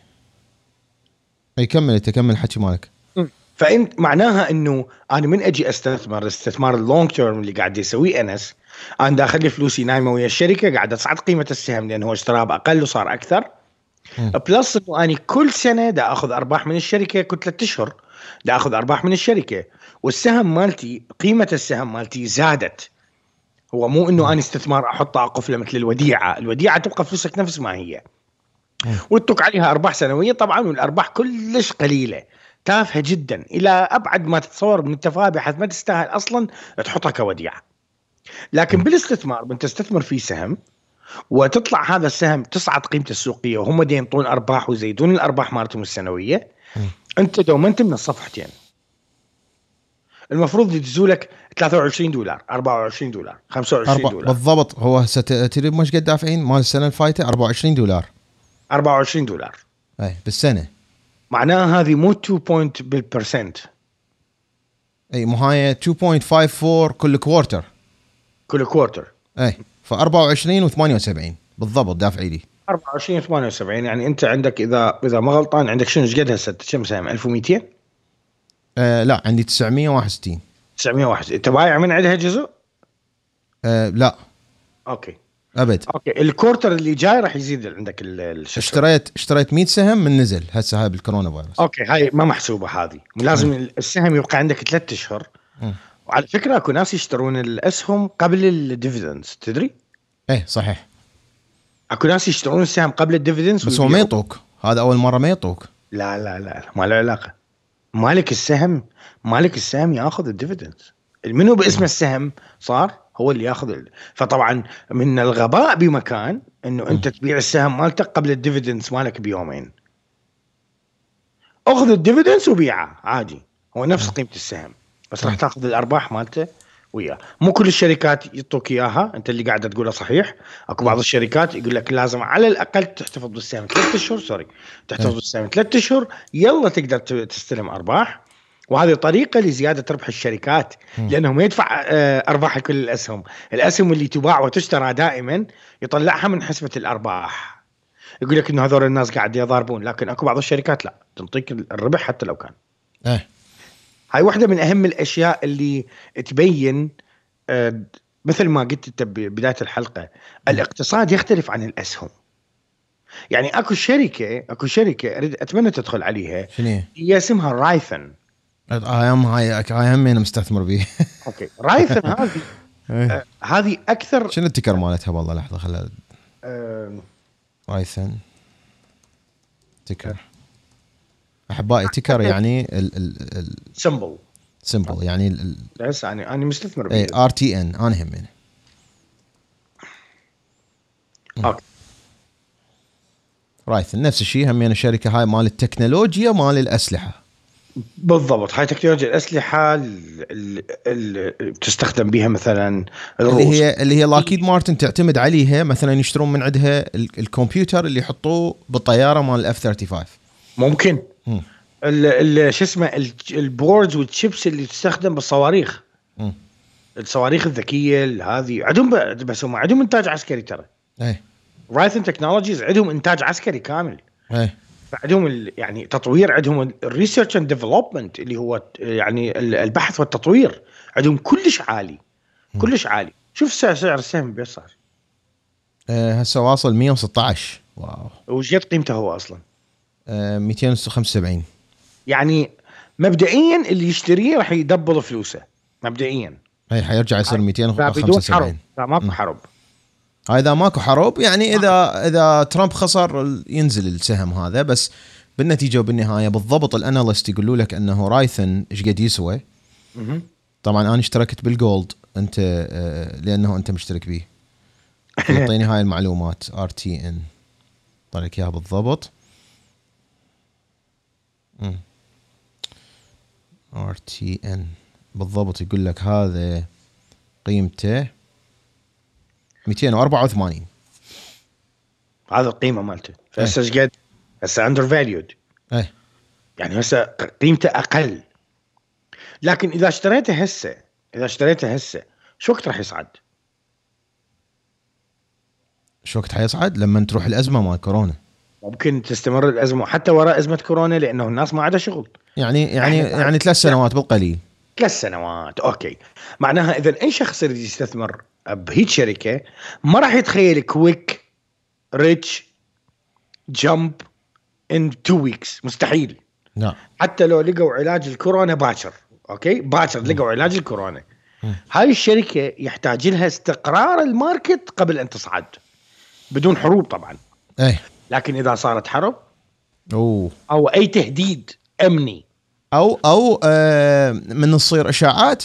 يكمل تكمل حكي مالك. فانت معناها انه انا من اجي استثمر استثمار اللونج تيرم اللي قاعد يسويه انس، انا داخل لي فلوسي نايمه ويا الشركه قاعده تصعد قيمه السهم لانه هو اشتراها باقل وصار اكثر. م. بلس انه انا كل سنه دا اخذ ارباح من الشركه، كل ثلاث اشهر دا اخذ ارباح من الشركه، والسهم مالتي قيمه السهم مالتي زادت. هو مو انه انا استثمار احطه اقفله مثل الوديعه، الوديعه تبقى فلوسك نفس ما هي وتترك عليها ارباح سنويه طبعا، والارباح كلش قليله تافهه جدا الى ابعد ما تتصور من التفاهه، بحيث ما تستاهل اصلا تحطها كوديعه. لكن بالاستثمار انت تستثمر في سهم وتطلع هذا السهم تصعد قيمته السوقيه وهم دي ينطون ارباح ويزيدون الارباح مالتهم السنويه، انت دومنت من الصفحتين المفروض يدزولك ثلاثة وعشرين دولار أربعة وعشرين دولار خمسة وعشرين دولار بالضبط. هو تدري مش قد دافعين مال السنه الفايته؟ أربعة وعشرين دولار أربعة وعشرين دولار اي بالسنه. معناها هذه مو اثنين بوينت بالبرسنت. اي مو هاي اثنين فاصلة خمسة أربعة كل كوارتر كل كوارتر. اي ف أربعة وعشرين وثمانية وسبعين بالضبط دافعي لي أربعة وعشرين وثمانية وسبعين. يعني انت عندك اذا اذا ما غلطان عندك شنو ايش قد هسه كم سهم؟ ألف ومئتين. آه لا عندي تسعمئة وواحد وستين. تسعمئة وواحد. انت بايع من عندها جزء؟ آه لا اوكي ابد. اوكي الكورتر اللي جاي راح يزيد عندك الشركة. اشتريت اشتريت مئة سهم من نزل هسه هاي بالكورونا فيروس. اوكي هاي ما محسوبه هذه. لازم م. السهم يبقى عندك ثلاثة اشهر. م. وعلى فكره اكو ناس يشترون الاسهم قبل الديفيدنز تدري؟ ايه صحيح. اكو ناس يشترون السهم قبل الديفيدنز بس هو ما يطوك. هذا اول مره ما يطوك. لا لا لا ما له علاقه. مالك السهم مالك السهم ياخذ الديفيدنز. المنو باسم السهم صار هو اللي ياخذ ال... فطبعا من الغباء بمكان انه انت تبيع السهم مالتك قبل الديفيدنز مالك بيومين. اخذ الديفيدنز وبيعه عادي، هو نفس قيمه السهم بس راح تاخذ الارباح مالته وياه. مو كل الشركات يعطوك اياها انت اللي قاعد تقوله صحيح. اكو بعض الشركات يقول لك لازم على الاقل تحتفظ بالسهم ثلاثة اشهر سوري تحتفظ بالسهم ثلاثة اشهر يلا تقدر تستلم ارباح. وهذه طريقه لزياده ربح الشركات لانهم يدفع ارباح كل الاسهم. الاسهم اللي تباع وتشترى دائما يطلعها من حسبه الارباح. يقول لك انه هذول الناس قاعد يضاربون، لكن اكو بعض الشركات لا تنطيك الربح حتى لو كان. ايه هاي واحدة من اهم الاشياء اللي تبين آه، مثل ما قلت انت ببداية الحلقة، الاقتصاد يختلف عن الاسهم. يعني اكو شركة اكو شركة اريد اتمنى تدخل عليها، شنو هي اسمها رايثن. ايام هاي هاي هم انا مستثمر بيه. اوكي رايثن هذه آه، هذه اكثر. شنو التكر مالتها والله لحظه خلها آه، رايثن تكر احبائي تكر يعني ال ال سمبل السمبل يعني ال بس يعني انا مستثمر اي بيه. ار تي ان انا هم اوكي رايثن نفس الشيء هم شركه هاي مال التكنولوجيا مال الاسلحه. بالضبط، هاي تكنولوجيا الاسلحه اللي تستخدم بها مثلا اللي الروس. هي اللي هي لاكيد مارتن تعتمد عليها، مثلا يشترون من عندها ال- الكمبيوتر اللي يحطوه بالطياره مال الاف خمسة وثلاثين. ممكن مم. ال- ال- شو اسمه ال- البوردز والشيبس اللي تستخدم بالصواريخ. مم. الصواريخ الذكيه هذه عندهم ب- بس هم عندهم انتاج عسكري ترى. ايه رايثن تكنولوجيز عندهم انتاج عسكري كامل. ايه عندهم ال- يعني تطوير، عندهم الريسيرش اند ديفلوبمنت اللي هو يعني ال- البحث والتطوير عندهم كلش عالي. كلش عالي. شوف سعر سعر السهم بس صار آه، هسه واصل مية وستة عشر. واو. وش قد قيمته هو اصلا؟ آه، مئتين وخمسة وسبعين. يعني مبدئيا اللي يشتريه راح يدبل فلوسه مبدئيا. هي حيرجع يصير مئتين وخمسة بدون وسبعين. حرب، لا ماكو حرب. هاي اذا ماكو حرب يعني اذا اذا ترامب خسر ال- ينزل السهم هذا، بس بالنتيجه وبالنهايه بالضبط الاناليست يقولوا لك انه رايثن ايش قد يسوى. مهم. طبعا انا اشتركت بالجولد انت آه، لانه انت مشترك بيه، يعطيني هاي المعلومات ار تي ان طلعك اياها بالضبط. ار تي ان بالضبط يقول لك هذا قيمته مئتين وأربعة وثمانين. هذا القيمه مالته. فهسه ايش قد؟ هسه اندر فاليود، ايه يعني هسه قيمته اقل. لكن اذا اشتريته هسه اذا اشتريته هسه شو وقت راح يصعد؟ شو وقت حيصعد؟ لما تروح الازمه مال كورونا. ممكن تستمر الازمه حتى وراء ازمه كورونا، لانه الناس ما عندها شغل. يعني يعني إحنا- يعني ثلاث سنوات بالقليل. ثلاث سنوات اوكي. معناها اذا اي شخص يريد يستثمر بهيج شركه ما راح يتخيل كويك ريتش جمب ان تو ويكس، مستحيل. لا حتى لو لقوا علاج الكورونا باكر، اوكي باكر لقوا علاج الكورونا، هاي الشركه يحتاج لها استقرار الماركت قبل ان تصعد، بدون حروب طبعا. ايه لكن اذا صارت حرب اوه او اي تهديد امني، او او آه من تصير اشاعات.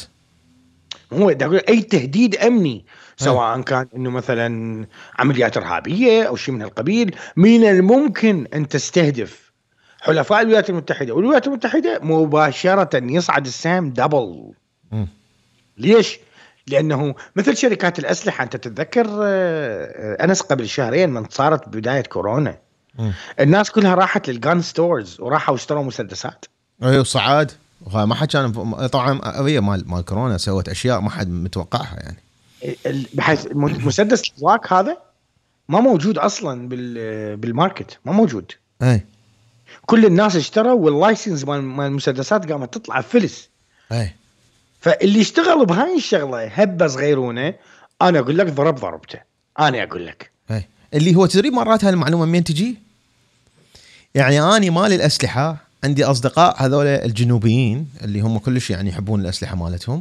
هو دا أقول اي تهديد امني، سواء كان انه مثلا عمليات ارهابيه او شيء من هالقبيل، من الممكن ان تستهدف حلفاء الولايات المتحده، والولايات المتحده مباشره يصعد السهم دبل. م. ليش؟ لانه مثل شركات الاسلحه، انت تتذكر آه، انس قبل شهرين من صارت بدايه كورونا، م. الناس كلها راحت للجان ستورز وراحوا واشتروا مسدسات. ايوه صعاد. وهاي ما حد كان طبعا هي مال مال كورونا سوت اشياء ما حد متوقعها يعني. ال- بحيث مسدس الإطلاق هذا ما موجود اصلا بال بالماركت، ما موجود. ايه كل الناس اشتروا واللايسنس مال مال المسدسات قامت تطلع فلس. ايه فاللي اشتغل بهاي الشغله هبه صغيرونه، انا اقول لك ضرب ضربته. انا اقول لك ايه اللي هو تدري مرات هالمعلومه من تجي. يعني اني مال الاسلحه عندي اصدقاء هذول الجنوبيين اللي هم كلش يعني يحبون الاسلحه مالتهم،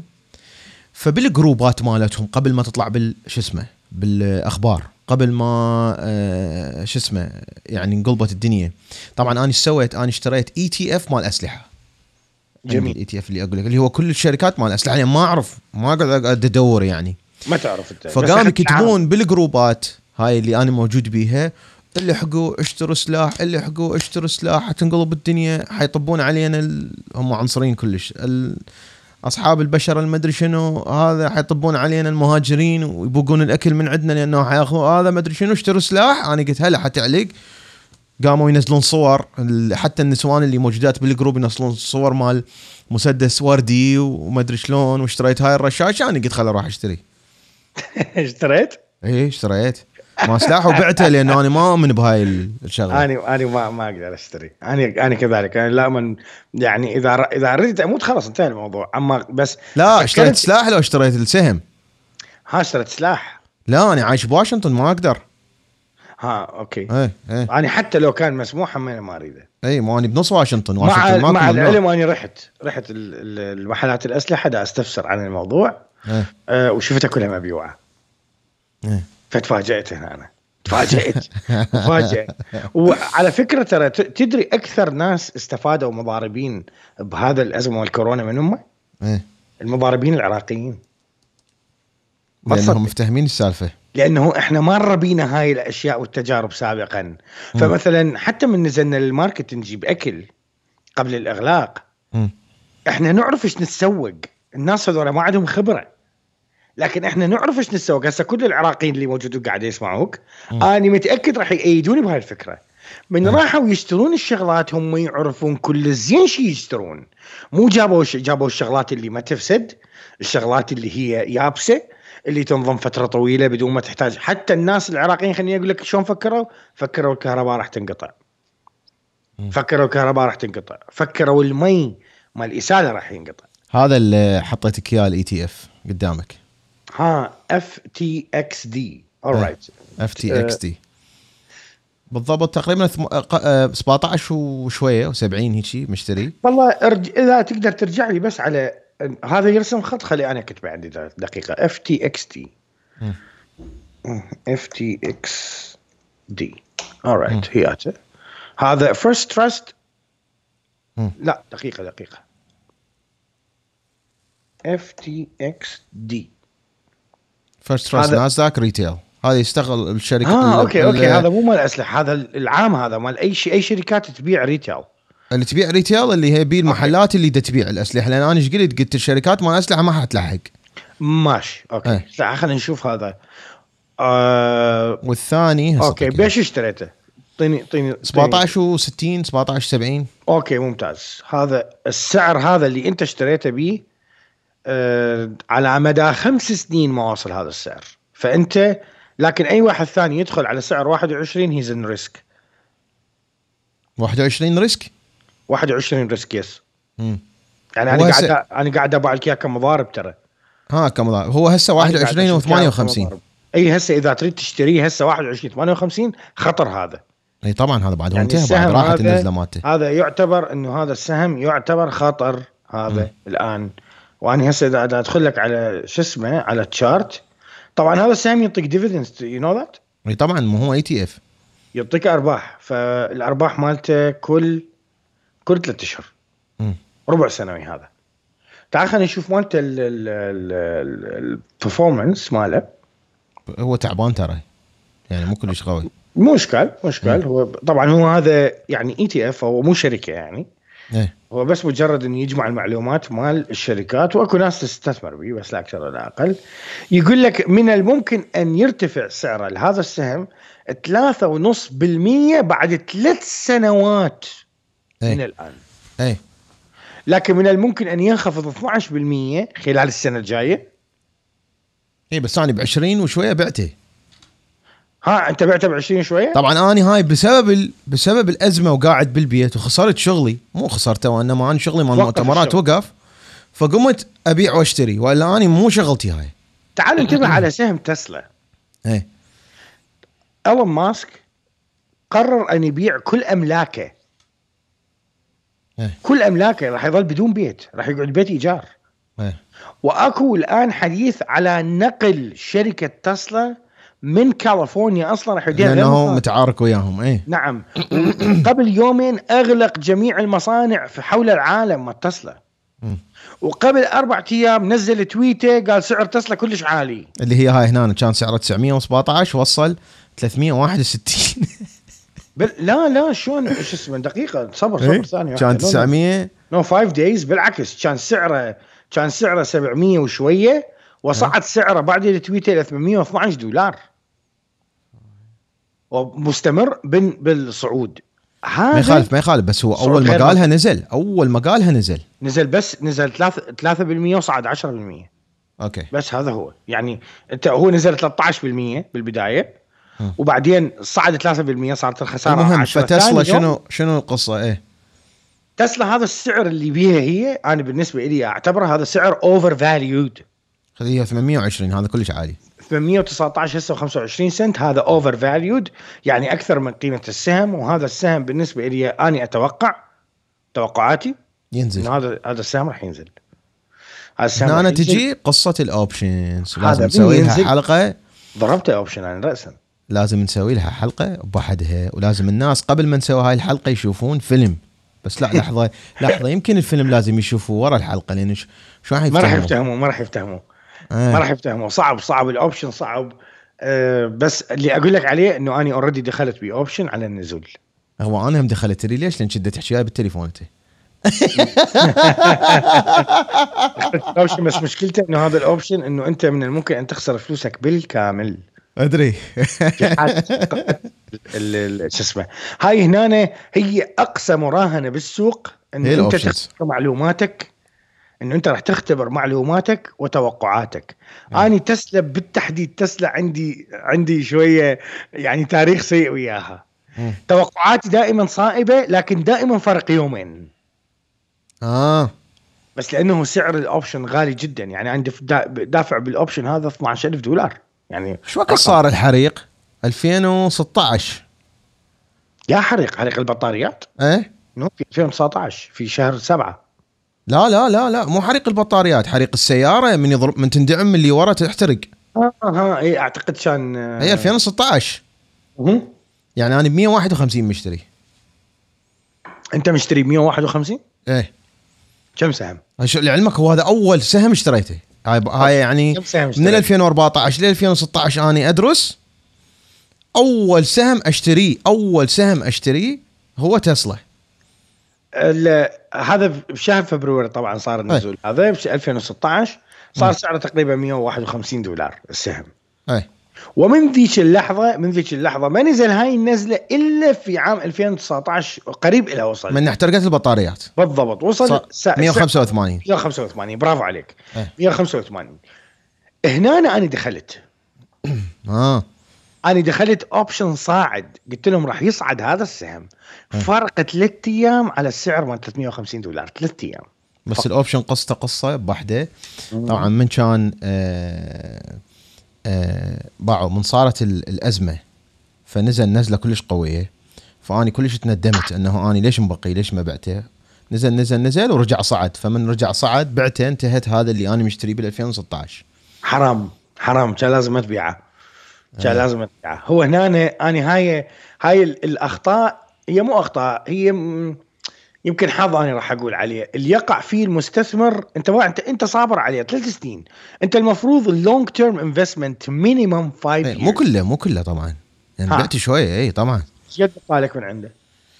فبالجروبات مالتهم قبل ما تطلع بال شو اسمه بالاخبار، قبل ما آه شو اسمه يعني انقلبت الدنيا. طبعا انا ايش سويت؟ انا اشتريت اي تي اف مال اسلحه. جميل. الاي تي اف اللي اقول لك اللي هو كل الشركات مال الاسلحه، يعني ما اعرف ما اقعد ادور يعني. ما تعرف انت. فقام يكتبون بالجروبات هاي اللي انا موجود بيها، اللي حقوا اشتروا سلاح، اللي حقوا اشتروا سلاح، حتنقلب الدنيا، حيطبون علينا ال... هم عنصريين كلش ال... اصحاب البشر المدري شنو هذا، حيطبون علينا المهاجرين ويبوقون الاكل من عندنا لانه حياخذوا هذا مدري شنو، اشتروا سلاح. انا قلت هلا حتعلق. قاموا ينزلون صور، حتى النسوان اللي موجودات بالجروب ينزلون صور مال مسدس وردي وما ادري شلون، واشتريت هاي الرشاشه. انا قلت خل اروح اشتري. اشتريت؟ ايه اشتريت. ما سلاح وبعته لانه انا ما اؤمن بهاي الشغله. انا انا ما ما اقدر اشتري، انا انا كذلك، انا لا من يعني اذا اذا ردت اموت خلاص انتهى الموضوع. اما بس لا اشتريت سلاح لو اشتريت السهم. ها اشتريت سلاح. لا انا عايش بواشنطن ما اقدر. ها اوكي. ايه ايه. انا حتى لو كان مسموح ما ما اريده. اي ما انا بنص واشنطن. مع واشنطن مع ماكو العلم اني رحت رحت المحلات الاسلحه دا استفسر عن الموضوع. ايه. أه وشفتها كلها مبيوعه. ايه. فتفاجأت هنا انا تفاجأت مفاجأة. وعلى فكره ترى تدري اكثر ناس استفادوا مضاربين بهذا الازمه والكورونا من هم؟ ايه. المضاربين العراقيين. لانهم مفتهمين السالفه. لانه احنا مر بينا هاي الاشياء والتجارب سابقا. فمثلا حتى من نزلنا للماركت نجيب اكل قبل الاغلاق، م. احنا نعرف ايش نتسوق. الناس هذول ما عندهم خبره، لكن احنا نعرف ايش نتسوق. هسه كل العراقيين اللي موجودين قاعد يسمعوك انا متاكد راح يأيدوني بهاي الفكره. من راحوا يشترون الشغلات هم يعرفون كل زين شيء يشترون. مو جابوا جابوا الشغلات اللي ما تفسد، الشغلات اللي هي يابسه اللي تنظم فتره طويله بدون ما تحتاج. حتى الناس العراقيين خليني اقول لك شلون فكروا فكروا الكهرباء راح تنقطع، فكروا الكهرباء راح تنقطع، فكروا المي مال الاساله راح ينقطع. هذا اللي حطيتك اياه الاي تي اف قدامك. ها اف تي اكس دي. alright اف تي اكس دي بالضبط تقريبا سبعطعش وشويه و70 هيك مشتري. والله ارج... اذا تقدر ترجع لي بس على هذا يرسم خط، خلي انا كتبه عندي دقيقه. اف تي اكس دي اف تي اكس دي alright هياته. هذا فيرست تراست. لا دقيقه دقيقه اف تي اكس دي فيرست تراست ناسداك ريتيل. هذا يشتغل بالشركه. اه اوكي اوكي هذا مو مال اسلحه، هذا العام، هذا مال اي شيء، اي شركات تبيع ريتيل. اللي تبيع ريتيل اللي هي بي المحلات أوكي. اللي تبيع الاسلحه. لان انا ايش قلت قلت الشركات مال الاسلحه ما حتلحق. ماشي اوكي لا خلينا نشوف هذا. آه والثاني اوكي بيش اشتريته؟ طيني طيني سبعطعش وستين سبعطعش سبعين. اوكي ممتاز. هذا السعر هذا اللي انت اشتريته بيه آه على مدى خمس سنين ما وصل هذا السعر. فانت لكن اي واحد ثاني يدخل على سعر واحد وعشرين هيز ان ريسك. واحد وعشرين ريسك واحد وعشرين ريسك يس. امم يعني انا قاعد س... انا قاعد ابيع لك اياه كمضارب ترى. ها كمضارب. هو هسه واحد وعشرين وثمانية وخمسين. اي هسه اذا تريد تشتريه هسه واحد وعشرين ثمانية وخمسين خطر هذا. اي طبعا هذا بعد يعني انتهى بعد راحت النزله مالته. هذا يعتبر انه هذا السهم يعتبر خطر هذا م. الان. وانا هسه اذا ادخل لك على شو اسمه على التشارت، طبعا هذا السهم يعطيك ديفيدنز يو نو ذات. اي طبعا ما هو اي تي اف يعطيك ارباح. فالارباح مالته كل كل ثلاثة اشهر ربع سنوي. هذا تعال خلينا نشوف مالته البرفورمانس ماله. هو تعبان ترى يعني مو كلش قوي. مو اشكال مو اشكال. هو طبعا هو هذا يعني اي تي اف، هو مو شركه يعني. إيه؟ هو بس مجرد انه يجمع المعلومات مال الشركات، واكو ناس تستثمر به بس لا اكثر ولا اقل. يقول لك من الممكن ان يرتفع سعره لهذا السهم ثلاثة ونص بالمية بعد ثلاث سنوات إيه؟ من الان. ايه لكن من الممكن ان ينخفض اثنعش بالمية خلال السنه الجايه. ايه بس انا بعشرين وشويه بعته. ها انت بعته بعشرين شويه. طبعا انا هاي بسبب ال... بسبب الازمه وقاعد بالبيت وخسرت شغلي. مو خسرته وانما انا شغلي مال المؤتمرات وقف، فقمت ابيع واشتري. والا انا مو شغلتي هاي. تعال انتبه على سهم تسلا. ايه ايلون ماسك قرر ان يبيع كل املاكه. إيه؟ كل املاكه راح يظل بدون بيت، راح يقعد بيت ايجار. إيه؟ واكو الان حديث على نقل شركه تسلا من كاليفورنيا اصلا راح يدير لانه متعارك وياهم. ايه نعم. قبل يومين اغلق جميع المصانع في حول العالم مال تسلا. وقبل أربعة أيام نزل تويته قال سعر تسلا كلش عالي، اللي هي هاي هنا كان سعره تسعمية وسبعطعش وصل ثلاثمية وواحد وستين. بل لا لا شلون ايش اسمه دقيقه صبر صبر ايه؟ ثانيه كان تسعمية نو خمسة دايز. بالعكس كان سعره كان سعره سبعمية وشويه وصعد سعره بعد التويته الى ثمانمية واثنعش دولار ومستمر بالصعود. ما يخالف ما يخالف بس هو اول ما قالها نزل. اول ما قالها نزل نزل بس نزل ثلاثة بالمية وصعد عشرة بالمية. اوكي بس هذا هو يعني انت هو نزل ثلاثة عشر بالمية بالبدايه وبعدين صعد ثلاثة بالمئة صارت الخساره المهم فتسلا شنو شنو القصه ايه تسلا هذا السعر اللي بيها هي انا بالنسبه لي اعتبره هذا سعر اوفر فاليود. هي ثمانمئة وعشرين هذا كلش عالي. ثمانمئة وتسعة عشر هسه وخمسة وعشرين سنت هذا اوفر فاليود يعني اكثر من قيمه السهم. وهذا السهم بالنسبه لي اني اتوقع توقعاتي ينزل هذا هذا السهم راح ينزل. هنا أنا تجي قصة الأوبشنز لازم نسوي لها حلقة. ضربت أوبشن عن رأسا لازم نسوي لها حلقة بوحدها ولازم الناس قبل ما نسوي هاي الحلقة يشوفون فيلم. بس لا لحظة لحظة يمكن الفيلم لازم يشوفوا ورا الحلقة لأن شو شو راح يفتهموا ما راح يفتهموا ما راح يفتهموا آه. ما راح يفتهموا صعب صعب الأوبشن صعب. أه بس اللي أقول لك عليه إنه أنا أوريدي دخلت بأوبشن على النزول. هو أنا هم دخلت لي ليش لأن شدة تحكي بالتليفون أنت. الاوبشن بس مشكلته انه هذا الاوبشن انه انت من الممكن ان تخسر فلوسك بالكامل. ادري شو اسمه هاي هنا هي اقصى مراهنه بالسوق انه انت تختبر معلوماتك انه انت راح تختبر معلوماتك وتوقعاتك. اني تسلا بالتحديد تسلا عندي عندي شويه يعني تاريخ سيء وياها. توقعاتي دائما صائبه لكن دائما فرق يومين. اه بس لانه سعر الاوبشن غالي جدا يعني عندي دافع بالاوبشن هذا اثنا عشر ألف دولار. يعني شو وقت صار الحريق؟ ألفين وستة عشر يا حريق حريق البطاريات ايه نو في ألفين وتسعة عشر في شهر سبعة. لا لا لا لا مو حريق البطاريات حريق السياره من يضرب من تندعم من اللي ورا تحترق. اه ها اي اعتقد كان هي ألفين وستة عشر اها يعني انا ب مئة وواحد وخمسين مشتري. انت مشتري مئة وواحد وخمسين؟ ايه كم سهم؟ لعلمك هو هذا اول سهم اشتريته. هاي هاي يعني من ألفين وأربعة عشر ل ألفين وستة عشر اني ادرس. اول سهم اشتريه اول سهم اشتريه هو تسلا. هذا بشهر فبراير طبعا صار النزول. أي. هذا في ألفين وستة عشر صار سعره تقريبا مئة وواحد وخمسين دولار السهم. اي ومن ذيك اللحظه من ذيك اللحظه ما نزل هاي النزله الا في عام ألفين وتسعة عشر قريب الى وصل من احترقت البطاريات بالضبط وصل مئة وخمسة وثمانين مئة وخمسة وثمانين. برافو عليك. أي. مئة وخمسة وثمانين. هنا أنا, أنا دخلت اه أنا دخلت أوبشن صاعد قلت لهم راح يصعد هذا السهم. فرق ثلاثة أيام على السعر من ثلاثمئة وخمسين دولار ثلاثة أيام بس فقط. الأوبشن قصته قصة بوحدة طبعا من كان آه آه باعوا من صارت الأزمة فنزل نزلة كلش قوية فأني كلش تندمت أنه أني ليش مبقي ليش ما بعته. نزل نزل نزل ورجع صعد فمن رجع صعد بعته انتهت هذا اللي أنا مشتري بال ألفين وستة عشر. حرام حرام كان لازم تبيعه كان آه. لازم تبيعه. هو هنا أنا هاي هاي الأخطاء هي مو أخطاء هي يمكن حظ أنا راح أقول عليه اللي يقع فيه المستثمر. أنت أنت أنت صابر عليه ثلاث سنين. أنت المفروض اللونج تيرم انفستمنت مينيمم فايف مو كله مو كله طبعا يعني بعت شوية اي طبعا. قد طالك من عنده؟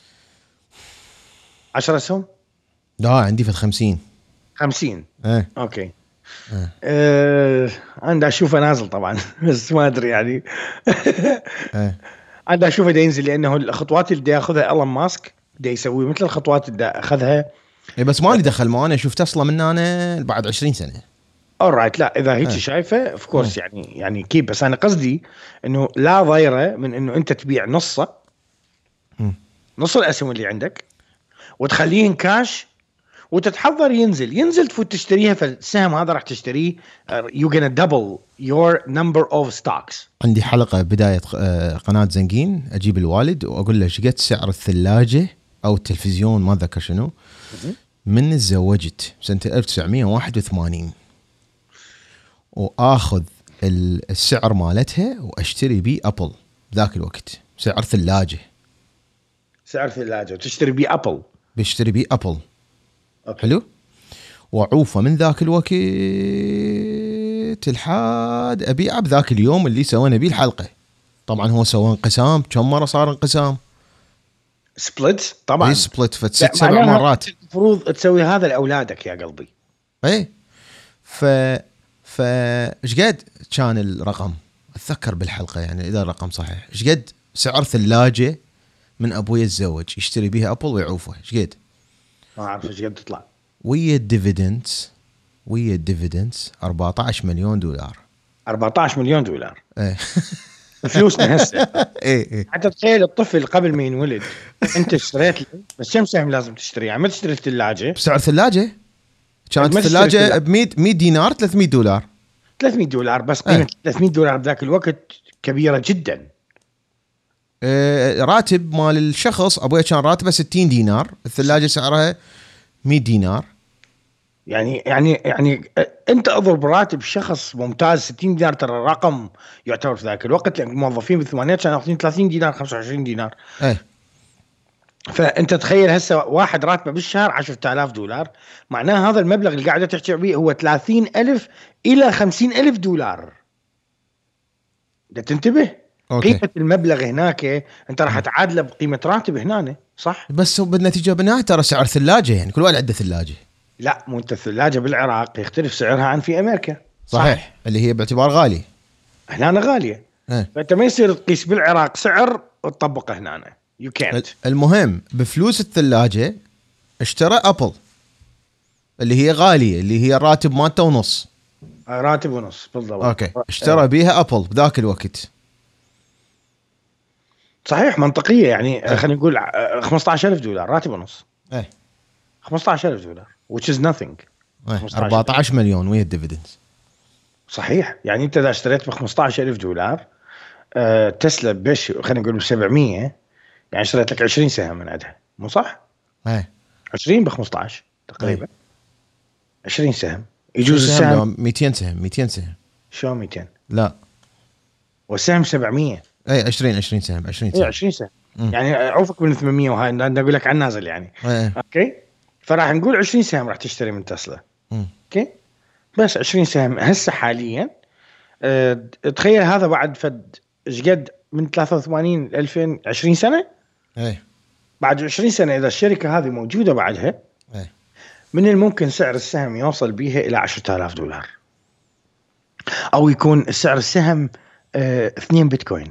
عشرة أسهم؟ لا عندي في الخمسين. خمسين ايه اوكي. اه, أه... عندي اشوفه نازل طبعا بس ما ادري يعني. ايه عندي اشوفه دا ينزل لانه الخطوات اللي دا ياخذها ايلون ماسك دا يسوي مثل الخطوات اللي دا اخذها. اي بس ما لي دخل ما انا اشوف تسلا من انا بعد عشرين سنة. alright لا اذا هيك شايفه اوف كورس يعني يعني كيف. بس انا قصدي انه لا ضيره من انه انت تبيع نصه نص الاسهم اللي عندك وتخليهن كاش وتتحضر ينزل ينزل تفوت تشتريها. فالسهم هذا راح تشتريه you gonna double your number of stocks. عندي حلقة بداية قناة زنقين اجيب الوالد واقول له شقد سعر الثلاجة او التلفزيون ما ذكر شنو من تزوجت سنة ألف وتسعمئة وواحد وثمانين واخذ السعر مالتها واشتري بيه ابل ذاك الوقت سعر ثلاجة سعر ثلاجة وتشتري بيه ابل بيشتري بيه ابل. أوكي. حلو. وعوفه من ذاك الوقت الحاد ابيعه بذاك اليوم اللي سوينا بيه الحلقة. طبعا هو سوى انقسام كم مرة صار انقسام سبلت طبعا اي سبلت فست سبع مرات. المفروض تسوي هذا لاولادك يا قلبي. اي ف ف ايش قد كان الرقم اتذكر بالحلقة يعني اذا الرقم صحيح ايش قد سعر ثلاجة من ابوي يتزوج يشتري بيها ابل ويعوفه ايش قد ما اعرف ايش قد تطلع ويا الديفيدنس ويا الديفيدنس أربعة عشر مليون دولار. أربعة عشر مليون دولار ايه فلوسنا هسه. ايه ايه حتى تخيل الطفل قبل ما ينولد انت اشتريت له، بس كم سهم لازم تشتري؟ يعني ما تشتري الثلاجه بسعر ثلاجه، كانت ما تشتري الثلاجه الثلاجة. ب مية دينار ثلاثمية دولار. ثلاثمية دولار بس، قيمه إيه. ثلاثمية دولار بذاك الوقت كبيره جدا. آه، راتب مال الشخص ابوي كان راتبه ستين دينار، الثلاجه سعرها مية دينار. يعني يعني يعني انت اضرب راتب شخص ممتاز ستين دينار، ترى رقم يعتبر في ذاك الوقت، لان الموظفين بالثمانينات كانوا ياخذون ثلاثين دينار خمسة وعشرين دينار. ايه فانت تخيل هسه واحد راتبه بالشهر عشرة آلاف دولار، معناه هذا المبلغ اللي قاعده تحكي به هو ثلاثين ألف الى خمسين ألف دولار. بدك تنتبه. أوكي. قيمه المبلغ هناك انت راح تعادله بقيمه راتب هنا، صح؟ بس بالنتيجه بالنهايه ترى سعر ثلاجه، يعني كل واحد عنده ثلاجه. لا مو انت الثلاجه بالعراق يختلف سعرها عن في امريكا. صحيح. صح. اللي هي باعتبار غالي هنا غاليه. ايه. فانت ما يصير تقيس بالعراق سعر وتطبقه هنا. يو كانت. المهم بفلوس الثلاجه اشترى ابل اللي هي غاليه، اللي هي الراتب مالته ونص. راتب ونص بالضبط. اوكي. اشترى بيها ابل بذاك الوقت. صحيح، منطقيه يعني. اه. خلينا نقول خمسة عشر ألف دولار راتب ونص. ايه خمسة عشر ألف دولار which is nothing. ايه. أربعة عشر مليون ويا الديفيدنز. صحيح. يعني انت اذا اشتريت ب خمسة عشر ألف دولار آه تسلا بش خلينا نقول ب سبعمية، يعني اشتريت لك عشرين سهم من عندها، مو صح؟ ايه. عشرين ب خمسة عشر تقريبا. ايه. عشرين سهم يجوز السهم مئتين سهم. مئتين سهم. شو مئتين؟ لا والسهم سبعمية. اي عشرين عشرين سهم. عشرين سهم. اي عشرين سهم. م. يعني عوفك من ثمانمية، وهاي انا اقول لك عن نازل يعني. ايه. اوكي. فراح نقول عشرين سهم راح تشتري من تسلا. م. اوكي. بس عشرين سهم هسه حاليا. أه تخيل هذا بعد فد ايش قد من ثلاثة وثمانين ل ألفين عشرين سنه. ايه. بعد عشرين سنه اذا الشركه هذه موجوده بعدها، ايه. من الممكن سعر السهم يوصل بيها الى عشرة آلاف دولار، او يكون سعر السهم اه اثنين بيتكوين.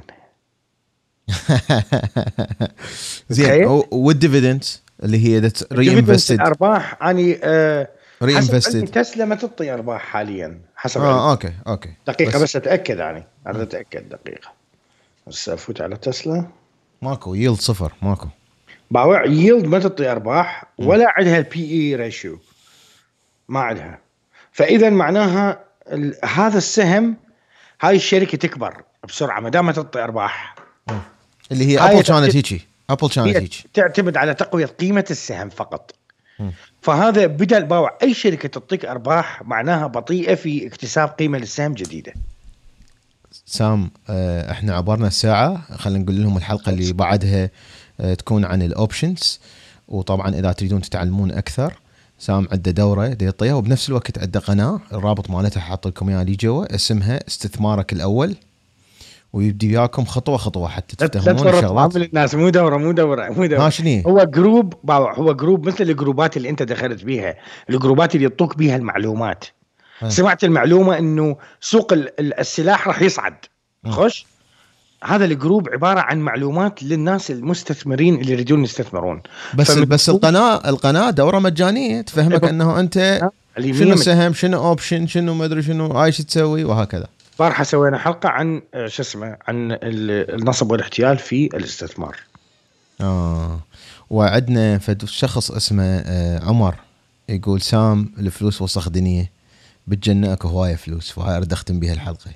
زين. والديفيدنس اللي هي ري انفستد ارباح اني اه ري حسب انفستد. تسلا ما تعطي ارباح حاليا حسب اه علمي. اوكي اوكي دقيقه بس, بس اتاكد يعني اريد اتاكد دقيقه. بس افوت على تسلا. ماكو ييلد صفر. ماكو باوع ييلد ما تعطي ارباح ولا عندها البي اي ريشيو، ما عندها. فاذا معناها هذا السهم هاي الشركه تكبر بسرعه ما دام تعطي ارباح. اللي هي ابل كانت هيجي. ابل كانت هيجي تعتمد على تقويه قيمه السهم فقط. م. فهذا بدل باوع اي شركه تعطيك ارباح معناها بطيئه في اكتساب قيمه للسهم جديده. سام احنا عبرنا الساعه، خلينا نقول لهم الحلقه اللي بعدها تكون عن الاوبشنز. وطبعا اذا تريدون تتعلمون اكثر سام عنده دوره دي يعطيها، وبنفس الوقت عنده قناه الرابط مالتها حاط لكم اياه لي جوا، اسمها استثمارك الاول، ويبدي وياكم خطوه خطوه حتى تفهمون الشغلات. الناس مو دوره مو دوره مو دوره. ها شنو هو جروب باوع، هو جروب مثل الجروبات اللي انت دخلت بيها، الجروبات اللي يعطوك بيها المعلومات. ها. سمعت المعلومه انه سوق السلاح راح يصعد، خش هذا الجروب عباره عن معلومات للناس المستثمرين اللي يريدون يستثمرون. بس بس القناه القناه دوره مجانيه تفهمك انه انت شنو سهم شنو اوبشن شنو ما ادري شنو عايش تسوي وهكذا. بارحه سوينا حلقه عن شو اسمه عن النصب والاحتيال في الاستثمار. اه وعندنا فد شخص اسمه عمر يقول سام الفلوس وسخ دنيا بالجنة اكو هواية فلوس، فهاي اريد اختم بها الحلقة.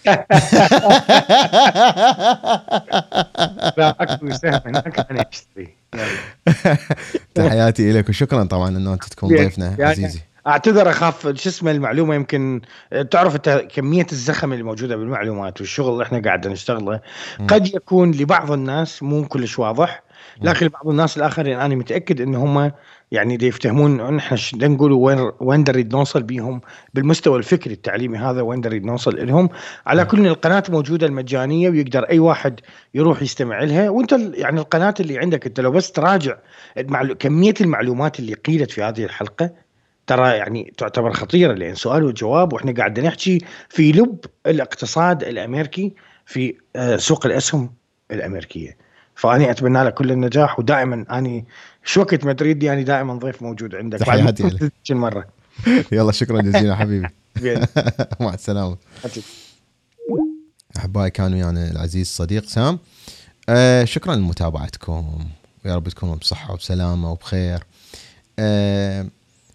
لا اكو سهم هناك انا اشتري. تحياتي لك وشكرا طبعا ان انت تكون ضيفنا عزيزي. اعتذر اخاف شو اسمه المعلومه يمكن تعرف كميه الزخم اللي موجوده بالمعلومات والشغل اللي احنا قاعدين نشتغله قد يكون لبعض الناس مو كلش واضح، لكن بعض الناس الاخرين انا متاكد ان هم يعني دي يفتهمون احنا ايش نقولوا وين وين نريد نوصل بيهم بالمستوى الفكري التعليمي هذا، وين نريد نوصل لهم. على كل القناه موجوده المجانيه ويقدر اي واحد يروح يستمع لها. وانت يعني القناه اللي عندك انت لو بس تراجع كميه المعلومات اللي قيلت في هذه الحلقه ترى يعني تعتبر خطيرة، لأن سؤال وجواب وإحنا قاعد نحكي في لب الاقتصاد الأمريكي في سوق الأسهم الأمريكية. فأنا أتمنى لك كل النجاح، ودائما أنا شو وقت ما تريدني أنا دائما ضيف موجود عندك. تحياتي لك مرة. يلا شكرا جزيلا حبيبي. مع السلامة. أحبائي كان ويانا العزيز صديق سام. آه شكرا لمتابعتكم، ويا رب تكونوا بصحة وبسلامة وبخير. آه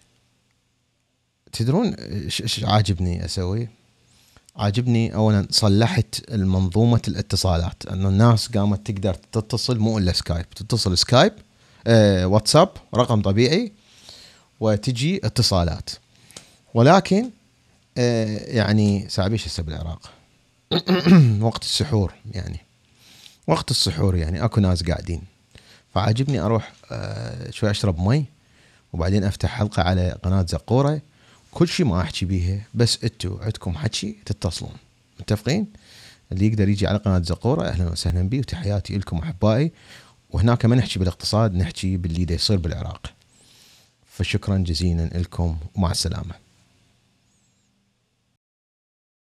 تدرون ايش عاجبني أسوي؟ عاجبني أولا صلحت المنظومة الاتصالات، أنه الناس قامت تقدر تتصل مو إلا سكايب، تتصل سكايب آه واتساب رقم طبيعي وتجي اتصالات. ولكن آه يعني ساعبيش هسه بالعراق وقت السحور، يعني وقت السحور يعني اكو ناس قاعدين، فعاجبني اروح آه شوي اشرب مي وبعدين افتح حلقة على قناة زقورة، كل شيء ما احكي بيها، بس انتوا عندكم حكي تتصلون. متفقين؟ اللي يقدر يجي على قناة زقورة اهلا وسهلا بيه، وتحياتي لكم احبائي. وهناك ما نحكي بالاقتصاد، نحكي باللي دا يصير بالعراق. فشكرا جزيلا لكم ومع السلامة.